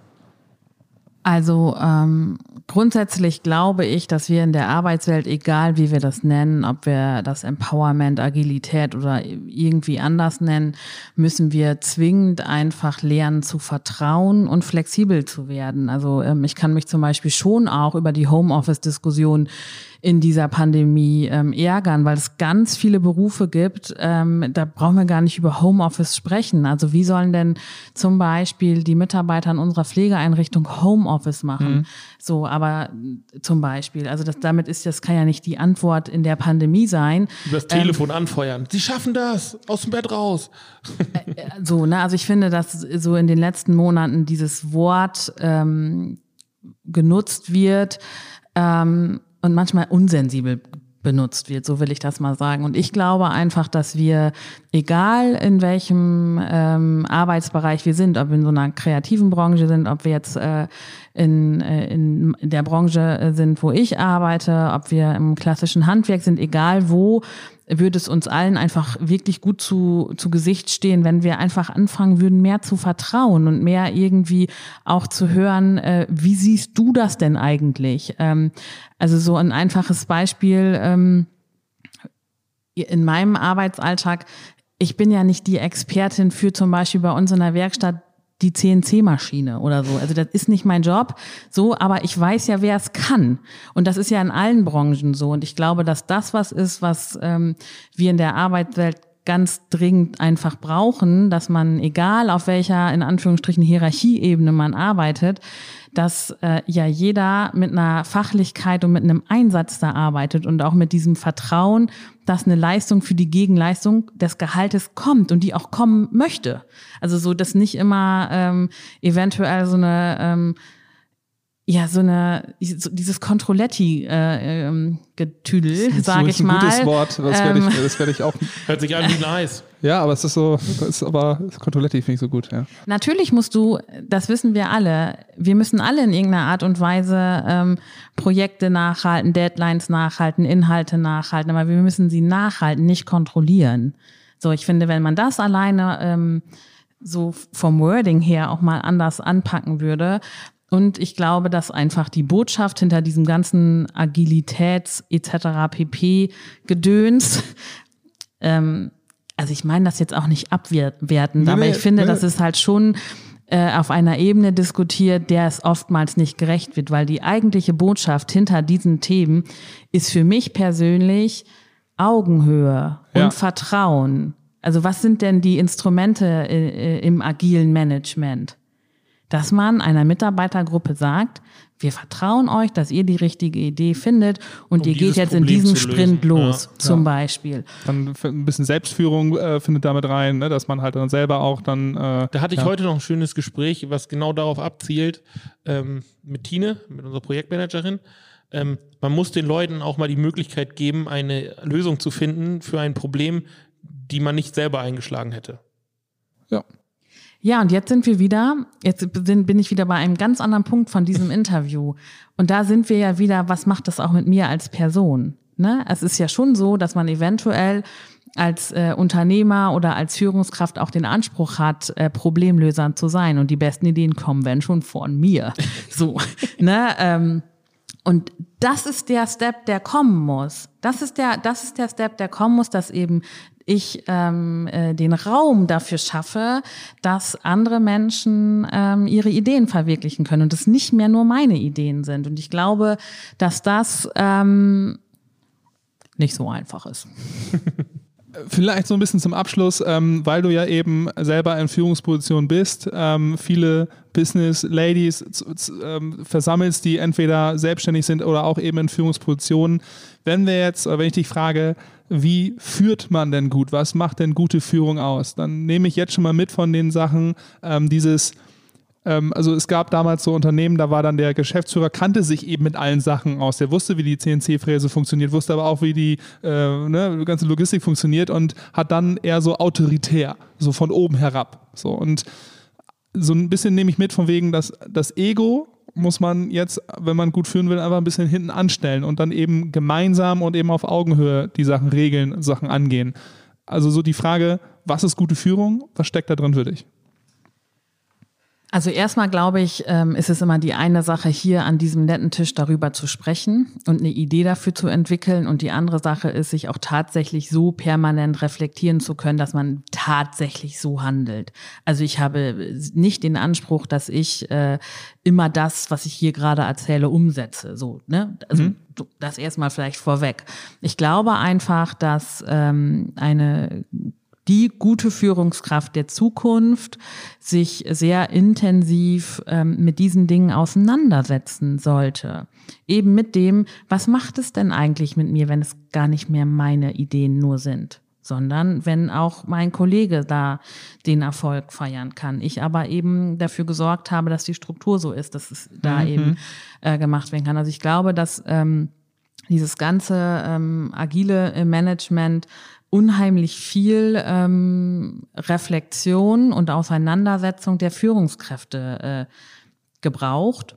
Also ähm, grundsätzlich glaube ich, dass wir in der Arbeitswelt, egal wie wir das nennen, ob wir das Empowerment, Agilität oder irgendwie anders nennen, müssen wir zwingend einfach lernen zu vertrauen und flexibel zu werden. Also ähm, ich kann mich zum Beispiel schon auch über die Homeoffice-Diskussion in dieser Pandemie ähm, ärgern, weil es ganz viele Berufe gibt, ähm, da brauchen wir gar nicht über Homeoffice sprechen. Also wie sollen denn zum Beispiel die Mitarbeiter in unserer Pflegeeinrichtung Homeoffice machen? Mhm. So, aber zum Beispiel, also das, damit ist, das kann ja nicht die Antwort in der Pandemie sein. Über das Telefon ähm, anfeuern. Sie schaffen das, aus dem Bett raus. Äh, so, ne, also ich finde, dass so in den letzten Monaten dieses Wort ähm, genutzt wird, ähm, und manchmal unsensibel benutzt wird, so will ich das mal sagen. Und ich glaube einfach, dass wir, egal in welchem ähm, Arbeitsbereich wir sind, ob wir in so einer kreativen Branche sind, ob wir jetzt äh, in, äh, in der Branche sind, wo ich arbeite, ob wir im klassischen Handwerk sind, egal wo, würde es uns allen einfach wirklich gut zu, zu Gesicht stehen, wenn wir einfach anfangen würden, mehr zu vertrauen und mehr irgendwie auch zu hören, äh, wie siehst du das denn eigentlich? Ähm, also so ein einfaches Beispiel ähm, in meinem Arbeitsalltag, ich bin ja nicht die Expertin für zum Beispiel bei uns in der Werkstatt die C N C-Maschine oder so. Also das ist nicht mein Job, so, aber ich weiß ja, wer es kann. Und das ist ja in allen Branchen so. Und ich glaube, dass das was ist, was ähm, wir in der Arbeitswelt ganz dringend einfach brauchen, dass man, egal auf welcher, in Anführungsstrichen, Hierarchieebene man arbeitet, dass äh, ja jeder mit einer Fachlichkeit und mit einem Einsatz da arbeitet und auch mit diesem Vertrauen, dass eine Leistung für die Gegenleistung des Gehaltes kommt und die auch kommen möchte. Also so, dass nicht immer ähm, eventuell so eine ähm, ja, so eine, so dieses Controlletti-Getüdel, äh, sage ich mal. Das ist ein gutes Wort, das werde ich, das werde ich auch. Hört sich an wie nice. Ja, aber es ist so, das ist aber Controlletti finde ich so gut, ja. Natürlich musst du, das wissen wir alle, wir müssen alle in irgendeiner Art und Weise ähm, Projekte nachhalten, Deadlines nachhalten, Inhalte nachhalten, aber wir müssen sie nachhalten, nicht kontrollieren. So, ich finde, wenn man das alleine ähm, so vom Wording her auch mal anders anpacken würde. Und ich glaube, dass einfach die Botschaft hinter diesem ganzen Agilitäts et cetera pp. Gedöns, ähm, also ich meine das jetzt auch nicht abwertend, nee, aber ich finde, nee. dass es halt schon äh, auf einer Ebene diskutiert, der es oftmals nicht gerecht wird, weil die eigentliche Botschaft hinter diesen Themen ist für mich persönlich Augenhöhe und ja. Vertrauen. Also was sind denn die Instrumente äh, im agilen Management? Dass man einer Mitarbeitergruppe sagt, wir vertrauen euch, dass ihr die richtige Idee findet und um ihr geht jetzt Problem in diesem Sprint los, ja. zum ja. Beispiel. Dann ein bisschen Selbstführung äh, findet damit rein, ne, dass man halt dann selber auch dann... Äh, da hatte ich ja. heute noch ein schönes Gespräch, was genau darauf abzielt, ähm, mit Tine, mit unserer Projektmanagerin. Ähm, man muss den Leuten auch mal die Möglichkeit geben, eine Lösung zu finden für ein Problem, die man nicht selber eingeschlagen hätte. Ja. Ja, und jetzt sind wir wieder, jetzt bin ich wieder bei einem ganz anderen Punkt von diesem Interview. Und da sind wir ja wieder, was macht das auch mit mir als Person? Ne? Es ist ja schon so, dass man eventuell als äh, Unternehmer oder als Führungskraft auch den Anspruch hat, äh, Problemlösern zu sein. Und die besten Ideen kommen, wenn schon, von mir. So, ne? Ähm, und das ist der Step, der kommen muss. Das ist der, das ist der Step, der kommen muss, dass eben ich ähm, äh, den Raum dafür schaffe, dass andere Menschen ähm, ihre Ideen verwirklichen können und es nicht mehr nur meine Ideen sind. Und ich glaube, dass das ähm, nicht so einfach ist. Vielleicht so ein bisschen zum Abschluss, ähm, weil du ja eben selber in Führungsposition bist, ähm, viele Business Ladies z- z- ähm, versammelst, die entweder selbstständig sind oder auch eben in Führungspositionen. Wenn wir jetzt, oder wenn ich dich frage, wie führt man denn gut? Was macht denn gute Führung aus? Dann nehme ich jetzt schon mal mit von den Sachen, ähm, dieses Ähm, also es gab damals so Unternehmen, da war dann der Geschäftsführer, kannte sich eben mit allen Sachen aus. Der wusste, wie die C N C-Fräse funktioniert, wusste aber auch, wie die, äh, ne, die ganze Logistik funktioniert und hat dann eher so autoritär, so von oben herab. So. Und so ein bisschen nehme ich mit von wegen, dass das Ego muss man jetzt, wenn man gut führen will, einfach ein bisschen hinten anstellen und dann eben gemeinsam und eben auf Augenhöhe die Sachen regeln, Sachen angehen. Also so die Frage, was ist gute Führung? Was steckt da drin für dich? Also erstmal glaube ich, ähm, ist es immer die eine Sache, hier an diesem netten Tisch darüber zu sprechen und eine Idee dafür zu entwickeln. Und die andere Sache ist, sich auch tatsächlich so permanent reflektieren zu können, dass man tatsächlich so handelt. Also ich habe nicht den Anspruch, dass ich äh, immer das, was ich hier gerade erzähle, umsetze. So, ne? Also mhm. das erstmal vielleicht vorweg. Ich glaube einfach, dass ähm, eine die gute Führungskraft der Zukunft sich sehr intensiv ähm, mit diesen Dingen auseinandersetzen sollte. Eben mit dem, was macht es denn eigentlich mit mir, wenn es gar nicht mehr meine Ideen nur sind, sondern wenn auch mein Kollege da den Erfolg feiern kann. Ich aber eben dafür gesorgt habe, dass die Struktur so ist, dass es da mhm. eben äh, gemacht werden kann. Also ich glaube, dass ähm, dieses ganze ähm, agile Management unheimlich viel ähm, Reflexion und Auseinandersetzung der Führungskräfte äh, gebraucht.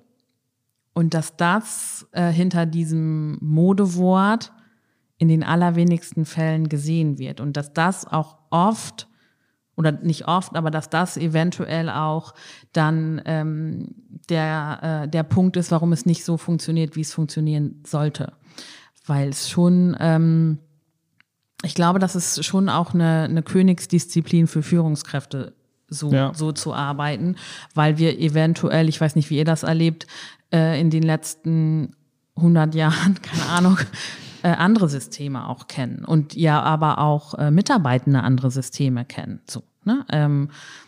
Und dass das äh, hinter diesem Modewort in den allerwenigsten Fällen gesehen wird. Und dass das auch oft, oder nicht oft, aber dass das eventuell auch dann ähm, der, äh, der Punkt ist, warum es nicht so funktioniert, wie es funktionieren sollte. Weil es schon... Ähm, Ich glaube, das ist schon auch eine, eine Königsdisziplin für Führungskräfte, so, ja. so zu arbeiten, weil wir eventuell, ich weiß nicht, wie ihr das erlebt, äh, in den letzten hundert Jahren, keine Ahnung, äh, andere Systeme auch kennen und ja aber auch äh, Mitarbeitende andere Systeme kennen. So, ne? Ähm,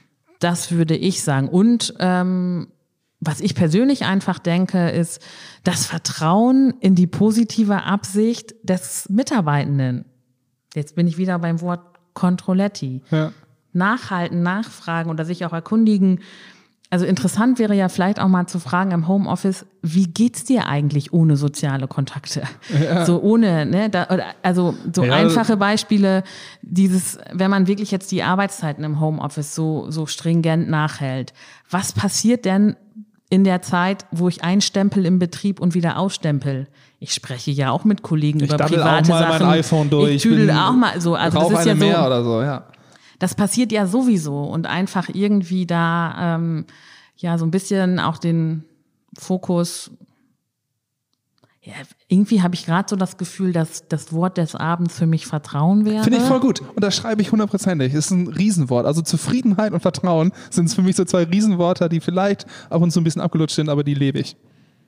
das würde ich sagen. Und ähm, was ich persönlich einfach denke, ist das Vertrauen in die positive Absicht des Mitarbeitenden. Jetzt bin ich wieder beim Wort Controletti. Ja. Nachhalten, nachfragen oder sich auch erkundigen. Also interessant wäre ja vielleicht auch mal zu fragen im Homeoffice, wie geht's dir eigentlich ohne soziale Kontakte? Ja. So ohne, ne, da, also so ja, einfache Beispiele, dieses, wenn man wirklich jetzt die Arbeitszeiten im Homeoffice so, so stringent nachhält. Was passiert denn in der Zeit, wo ich einstempel im Betrieb und wieder ausstempel? Ich spreche ja auch mit Kollegen ich über private auch mal Sachen. Mein iPhone durch. Ich tüdel auch mal so. Also das ist eine ja so, mehr oder so, ja. Das passiert ja sowieso und einfach irgendwie da ähm, ja so ein bisschen auch den Fokus. Ja, irgendwie habe ich gerade so das Gefühl, dass das Wort des Abends für mich Vertrauen wäre. Finde ich voll gut. Und das schreibe ich hundertprozentig. Das ist ein Riesenwort. Also Zufriedenheit und Vertrauen sind für mich so zwei Riesenwörter, die vielleicht ab und zu ein bisschen abgelutscht sind, aber die lebe ich.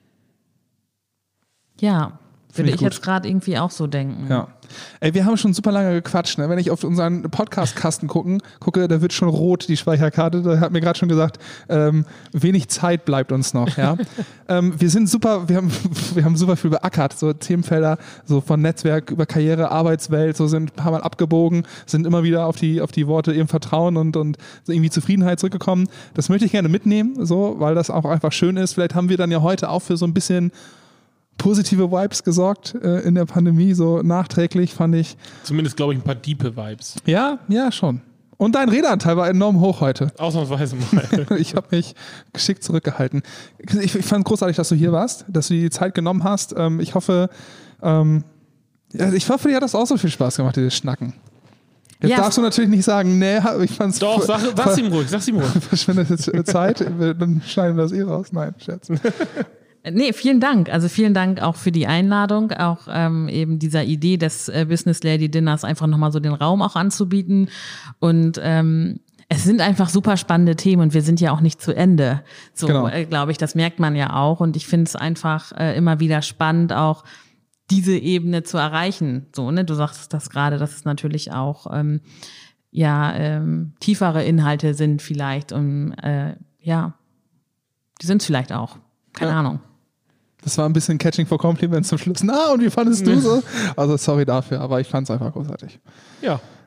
Ja, würde ich, ich jetzt gerade irgendwie auch so denken. Ja. Ey, wir haben schon super lange gequatscht. Ne? Wenn ich auf unseren Podcast-Kasten gucken, gucke, da wird schon rot, die Speicherkarte. Da hat mir gerade schon gesagt, ähm, wenig Zeit bleibt uns noch. Ja? ähm, wir sind super, wir haben, wir haben super viel beackert. So Themenfelder, so von Netzwerk über Karriere, Arbeitswelt, so sind ein paar Mal abgebogen, sind immer wieder auf die, auf die Worte eben Vertrauen und, und so irgendwie Zufriedenheit zurückgekommen. Das möchte ich gerne mitnehmen, so, weil das auch einfach schön ist. Vielleicht haben wir dann ja heute auch für so ein bisschen positive Vibes gesorgt äh, in der Pandemie, so nachträglich fand ich. Zumindest, glaube ich, ein paar diepe Vibes. Ja, ja, schon. Und dein Redeanteil war enorm hoch heute. Ausnahmsweise mal. Ich habe mich geschickt zurückgehalten. Ich, ich fand großartig, dass du hier warst, dass du dir die Zeit genommen hast. Ähm, ich hoffe, ähm, ja, ich hoffe, dir hat das auch so viel Spaß gemacht, dieses Schnacken. Jetzt ja. darfst du natürlich nicht sagen, nee, ich fand's... Doch, sag, sag's ihm ruhig, sag's ihm ruhig. Verschwendet jetzt Zeit, dann schneiden wir das eh raus. Nein, Scherz. Nee, vielen Dank. Also vielen Dank auch für die Einladung, auch ähm, eben dieser Idee des äh, Business Lady Dinners einfach nochmal so den Raum auch anzubieten. Und ähm, es sind einfach super spannende Themen und wir sind ja auch nicht zu Ende. So, genau. äh, glaube ich, das merkt man ja auch. Und ich finde es einfach äh, immer wieder spannend, auch diese Ebene zu erreichen. So, ne, du sagst das gerade, dass es natürlich auch ähm, ja ähm, tiefere Inhalte sind vielleicht und äh, ja, die sind es vielleicht auch. Keine ja. Ahnung. Das war ein bisschen Catching for Compliments zum Schluss. Na, und wie fandest du so? Also sorry dafür, aber ich fand es einfach großartig. Ja.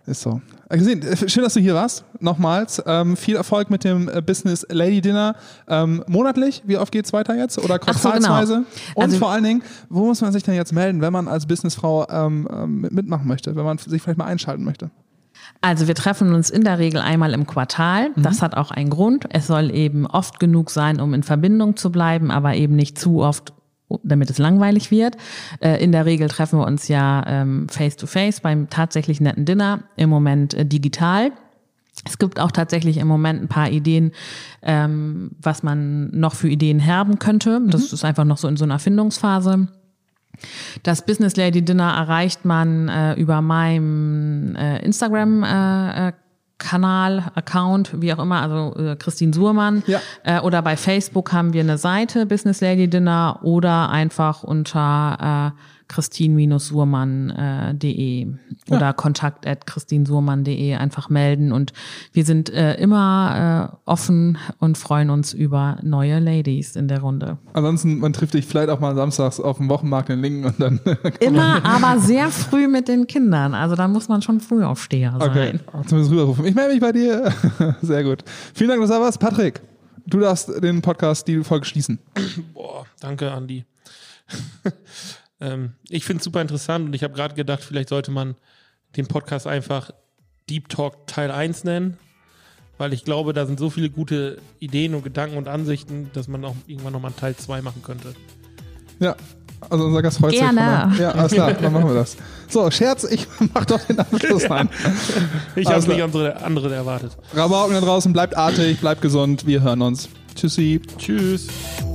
Ist so. Gesehen, schön, dass du hier warst. Nochmals. Ähm, viel Erfolg mit dem Business Lady Dinner. Ähm, monatlich? Wie oft geht es weiter jetzt? Oder quartalsweise? So, genau. Und also, vor allen Dingen, wo muss man sich denn jetzt melden, wenn man als Businessfrau ähm, mitmachen möchte, wenn man sich vielleicht mal einschalten möchte? Also wir treffen uns in der Regel einmal im Quartal. Das mhm. hat auch einen Grund. Es soll eben oft genug sein, um in Verbindung zu bleiben, aber eben nicht zu oft, damit es langweilig wird. Äh, in der Regel treffen wir uns ja ähm, face-to-face beim tatsächlich netten Dinner, im Moment äh, digital. Es gibt auch tatsächlich im Moment ein paar Ideen, ähm, was man noch für Ideen haben könnte. Das mhm. ist einfach noch so in so einer Findungsphase. Das Business Lady Dinner erreicht man äh, über meinem äh, Instagram äh, Kanal, Account, wie auch immer, also äh, Christine Suhrmann. Ja. Äh, oder bei Facebook haben wir eine Seite, Business Lady Dinner, oder einfach unter äh, christine Suhrmann punkt de oder ja. kontakt at christine suhrmann punkt de einfach melden. Und wir sind äh, immer äh, offen und freuen uns über neue Ladies in der Runde. Ansonsten, man trifft dich vielleicht auch mal samstags auf dem Wochenmarkt in Lingen und dann... Immer, aber sehr früh mit den Kindern. Also da muss man schon Frühaufsteher sein. Okay, zumindest rüberrufen. Ich melde mich bei dir. Sehr gut. Vielen Dank, dass du da warst. Patrick, du darfst den Podcast, die Folge schließen. Boah, danke, Andi. ähm, ich finde es super interessant und ich habe gerade gedacht, vielleicht sollte man den Podcast einfach Deep Talk Teil eins nennen, weil ich glaube, da sind so viele gute Ideen und Gedanken und Ansichten, dass man auch irgendwann nochmal Teil zwei machen könnte. Ja, also unser Gast freut sich. Gerne. Ja, alles klar, dann machen wir das. So, Scherz, ich mach doch den Abschluss rein. Ich habe nicht andere, andere erwartet. Rabauken da draußen, bleibt artig, bleibt gesund, wir hören uns. Tschüssi. Tschüss.